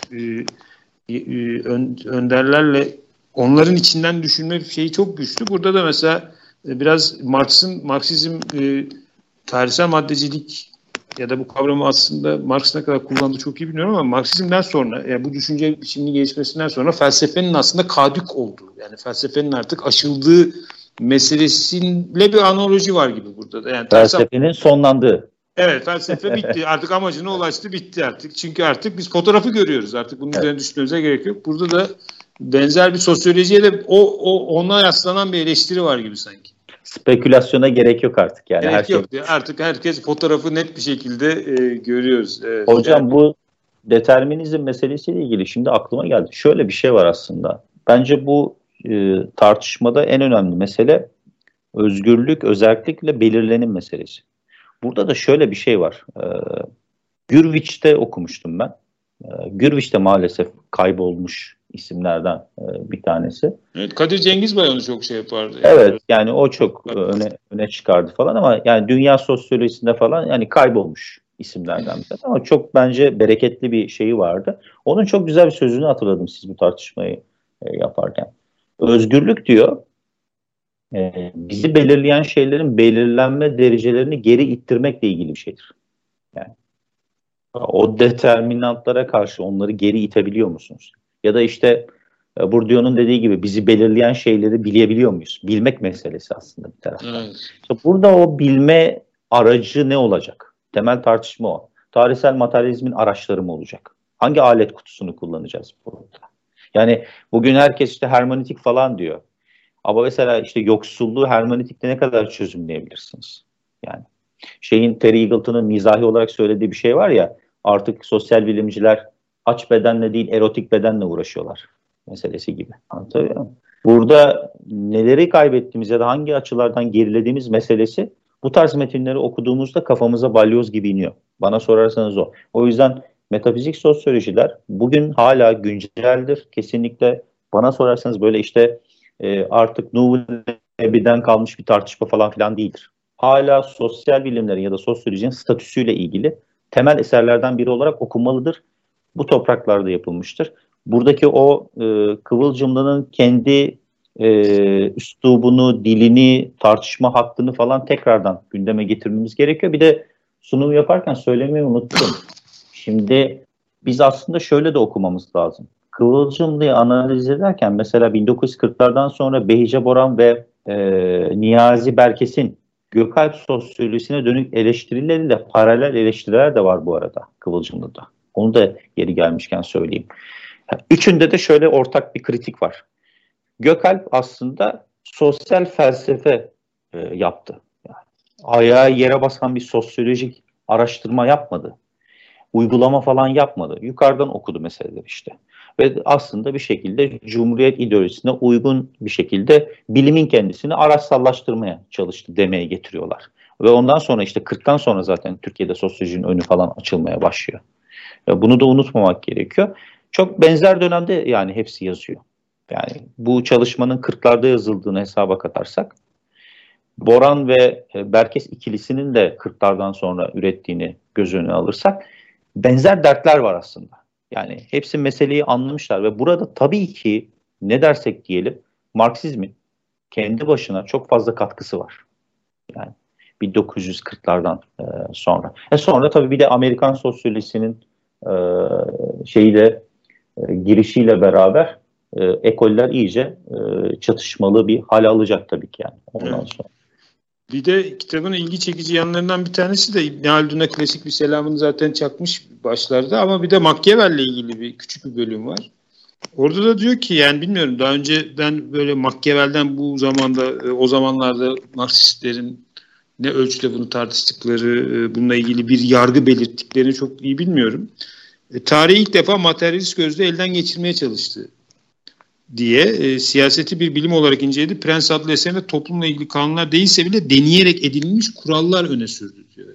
Speaker 1: önderlerle onların içinden düşünme şeyi çok güçlü. Burada da mesela biraz Marksizm tarihsel maddecilik ya da bu kavramı aslında Marx ne kadar kullandığı çok iyi bilmiyorum ama Marksizmden sonra, yani bu düşünce biçiminin gelişmesinden sonra felsefenin aslında kadük olduğu, yani felsefenin artık aşıldığı meselesiyle bir analoji var gibi burada da. Yani
Speaker 2: felsefenin sonlandığı.
Speaker 1: Evet, felsefe bitti. Artık amacına ulaştı, bitti artık. Çünkü artık biz fotoğrafı görüyoruz. Artık bunun üzerine düşünmemize gerek yok. Burada da benzer bir sosyolojiye de ona yaslanan bir eleştiri var gibi sanki.
Speaker 2: Spekülasyona gerek yok artık yani.
Speaker 1: Gerek yok. Artık herkes fotoğrafı net bir şekilde görüyoruz.
Speaker 2: Hocam yani bu determinizm meselesiyle ilgili şimdi aklıma geldi. Şöyle bir şey var aslında. Bence bu tartışmada en önemli mesele özgürlük, özellikle belirlenim meselesi. Burada da şöyle bir şey var. Gürviç'te okumuştum ben. Gürviç de maalesef kaybolmuş isimlerden bir tanesi.
Speaker 1: Evet, Kadir Cengizbay onu çok şey yapardı.
Speaker 2: Evet, yani o çok öne çıkardı falan ama yani dünya sosyolojisinde falan yani kaybolmuş isimlerden bir tanesi. Ama çok bence bereketli bir şeyi vardı. Onun çok güzel bir sözünü hatırladım siz bu tartışmayı yaparken. Özgürlük diyor, bizi belirleyen şeylerin belirlenme derecelerini geri ittirmekle ilgili bir şeydir. Yani o determinantlara karşı onları geri itebiliyor musunuz? Ya da işte Bourdieu'nun dediği gibi bizi belirleyen şeyleri bilebiliyor muyuz? Bilmek meselesi aslında bir taraftan.
Speaker 1: Evet.
Speaker 2: İşte burada o bilme aracı ne olacak? Temel tartışma o. Tarihsel materyalizmin araçları mı olacak? Hangi alet kutusunu kullanacağız burada? Yani bugün herkes işte hermeneutik falan diyor. Ama mesela işte yoksulluğu hermeneutikte ne kadar çözümleyebilirsiniz? Yani Terry Eagleton'un mizahi olarak söylediği bir şey var ya, artık sosyal bilimciler aç bedenle değil erotik bedenle uğraşıyorlar meselesi gibi. Anlatabiliyor muyum? Burada neleri kaybettiğimiz ya da hangi açılardan gerilediğimiz meselesi bu tarz metinleri okuduğumuzda kafamıza balyoz gibi iniyor. Bana sorarsanız o. O yüzden metafizik sosyolojiler bugün hala günceldir. Kesinlikle bana sorarsanız böyle işte artık Nuh'un Nebi'den kalmış bir tartışma falan filan değildir. Hala sosyal bilimlerin ya da sosyolojinin statüsüyle ilgili temel eserlerden biri olarak okunmalıdır. Bu topraklarda yapılmıştır. Buradaki o Kıvılcımlı'nın kendi üslubunu, dilini, tartışma hakkını falan tekrardan gündeme getirmemiz gerekiyor. Bir de sunum yaparken söylemeyi unuttum. Şimdi biz aslında şöyle de okumamız lazım. Kıvılcımlı'yı analiz ederken mesela 1940'lardan sonra Behice Boran ve Niyazi Berkes'in Gökalp sosyolojisine dönük eleştirileriyle paralel eleştiriler de var bu arada Kıvılcımlı'da. Onu da yeri gelmişken söyleyeyim. Üçünde de şöyle ortak bir kritik var. Gökalp aslında sosyal felsefe yaptı. Yani ayağa yere basan bir sosyolojik araştırma yapmadı. Uygulama falan yapmadı. Yukarıdan okudu meseleleri işte. Ve aslında bir şekilde Cumhuriyet ideolojisine uygun bir şekilde bilimin kendisini araçsallaştırmaya çalıştı demeye getiriyorlar. Ve ondan sonra işte 40'tan sonra zaten Türkiye'de sosyolojinin önü falan açılmaya başlıyor. Bunu da unutmamak gerekiyor. Çok benzer dönemde yani hepsi yazıyor. Yani bu çalışmanın 40'larda yazıldığını hesaba katarsak Boran ve Berkes ikilisinin de 40'lardan sonra ürettiğini göz önüne alırsak benzer dertler var aslında. Yani hepsi meseleyi anlamışlar ve burada tabii ki ne dersek diyelim Marksizmin kendi başına çok fazla katkısı var. Yani 1940'lardan sonra. Sonra tabii bir de Amerikan sosyolojisinin girişiyle beraber ekoller iyice çatışmalı bir hal alacak tabii ki yani ondan sonra.
Speaker 1: Bir de kitabın ilgi çekici yanlarından bir tanesi de İbn Haldun'a klasik bir selamını zaten çakmış başlarda ama bir de Machiavelli'le ilgili bir küçük bir bölüm var. Orada da diyor ki yani bilmiyorum daha önceden böyle Machiavelli'den bu zamanda o zamanlarda Marksistlerin ne ölçüde bunu tartıştıkları bununla ilgili bir yargı belirttiklerini çok iyi bilmiyorum. Tarihi ilk defa materyalist gözle elden geçirmeye çalıştı diye siyaseti bir bilim olarak inceledi. Prens adlı eserinde toplumla ilgili kanunlar değilse bile deneyerek edinilmiş kurallar öne sürdü diyor.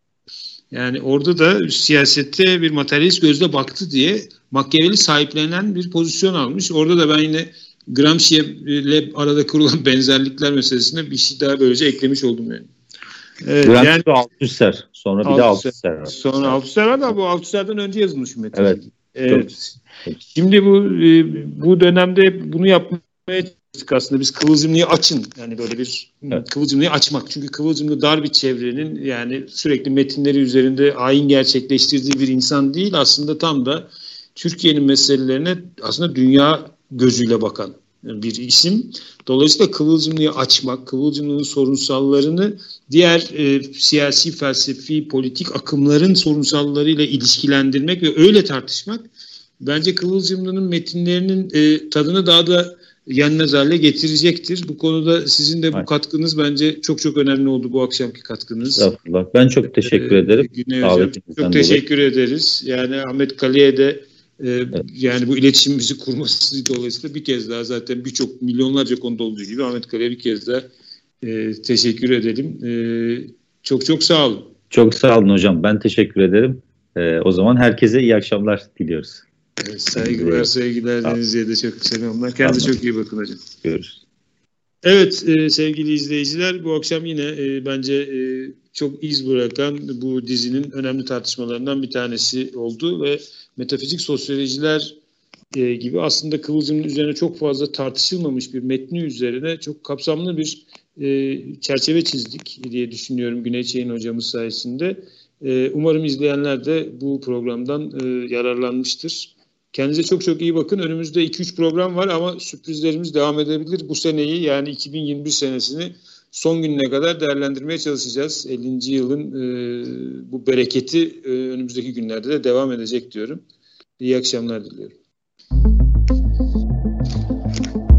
Speaker 1: Yani orada da siyasette bir materyalist gözle baktı diye Machiavelli sahiplenen bir pozisyon almış. Orada da ben yine Gramsci ile arada kurulan benzerlikler meselesine bir şey daha böylece eklemiş oldum yani.
Speaker 2: Gramsci yani, Althusser. Sonra bir de Althusser var.
Speaker 1: Sonra Althusser var da bu Althusser'den önce yazılmış bir metin.
Speaker 2: Evet.
Speaker 1: Evet. Şimdi bu dönemde bunu yapmaya çalıştık aslında. Biz Kıvılcımlı'yı açın. Yani böyle bir Kıvılcımlı'yı açmak. Çünkü Kıvılcımlı dar bir çevrenin yani sürekli metinleri üzerinde ayin gerçekleştirdiği bir insan değil. Aslında tam da Türkiye'nin meselelerine aslında dünya gözüyle bakan bir isim. Dolayısıyla Kıvılcımlı'yı açmak, Kıvılcımlı'nın sorunsallarını diğer siyasi, felsefi, politik akımların sorunsallarıyla ilişkilendirmek ve öyle tartışmak bence Kıvılcımlı'nın metinlerinin tadını daha da yenmez hale getirecektir. Bu konuda sizin de bu katkınız bence çok çok önemli oldu bu akşamki katkınız.
Speaker 2: Ben çok teşekkür ederim.
Speaker 1: Çok teşekkür ederiz. Yani Ahmet Kali'ye de yani bu iletişimimizi kurması dolayısıyla bir kez daha zaten birçok milyonlarca konuda olduğu gibi Ahmet Kali'ye bir kez daha teşekkür edelim. Çok çok sağ olun.
Speaker 2: Çok sağ olun hocam. Ben teşekkür ederim. O zaman herkese iyi akşamlar diliyoruz.
Speaker 1: Saygılar, sevgiler. Denizli'ye de çok selamlar. Kendinize çok iyi bakın hocam.
Speaker 2: Görüşürüz.
Speaker 1: Evet sevgili izleyiciler bu akşam yine bence çok iz bırakan bu dizinin önemli tartışmalarından bir tanesi oldu ve metafizik sosyolojiler gibi aslında Kıvılcım'ın üzerine çok fazla tartışılmamış bir metni üzerine çok kapsamlı bir çerçeve çizdik diye düşünüyorum Güney Çeyin hocamız sayesinde. Umarım izleyenler de bu programdan yararlanmıştır. Kendinize çok çok iyi bakın. Önümüzde 2-3 program var ama sürprizlerimiz devam edebilir. Bu seneyi yani 2021 senesini son gününe kadar değerlendirmeye çalışacağız. 50. yılın bu bereketi önümüzdeki günlerde de devam edecek diyorum. İyi akşamlar diliyorum.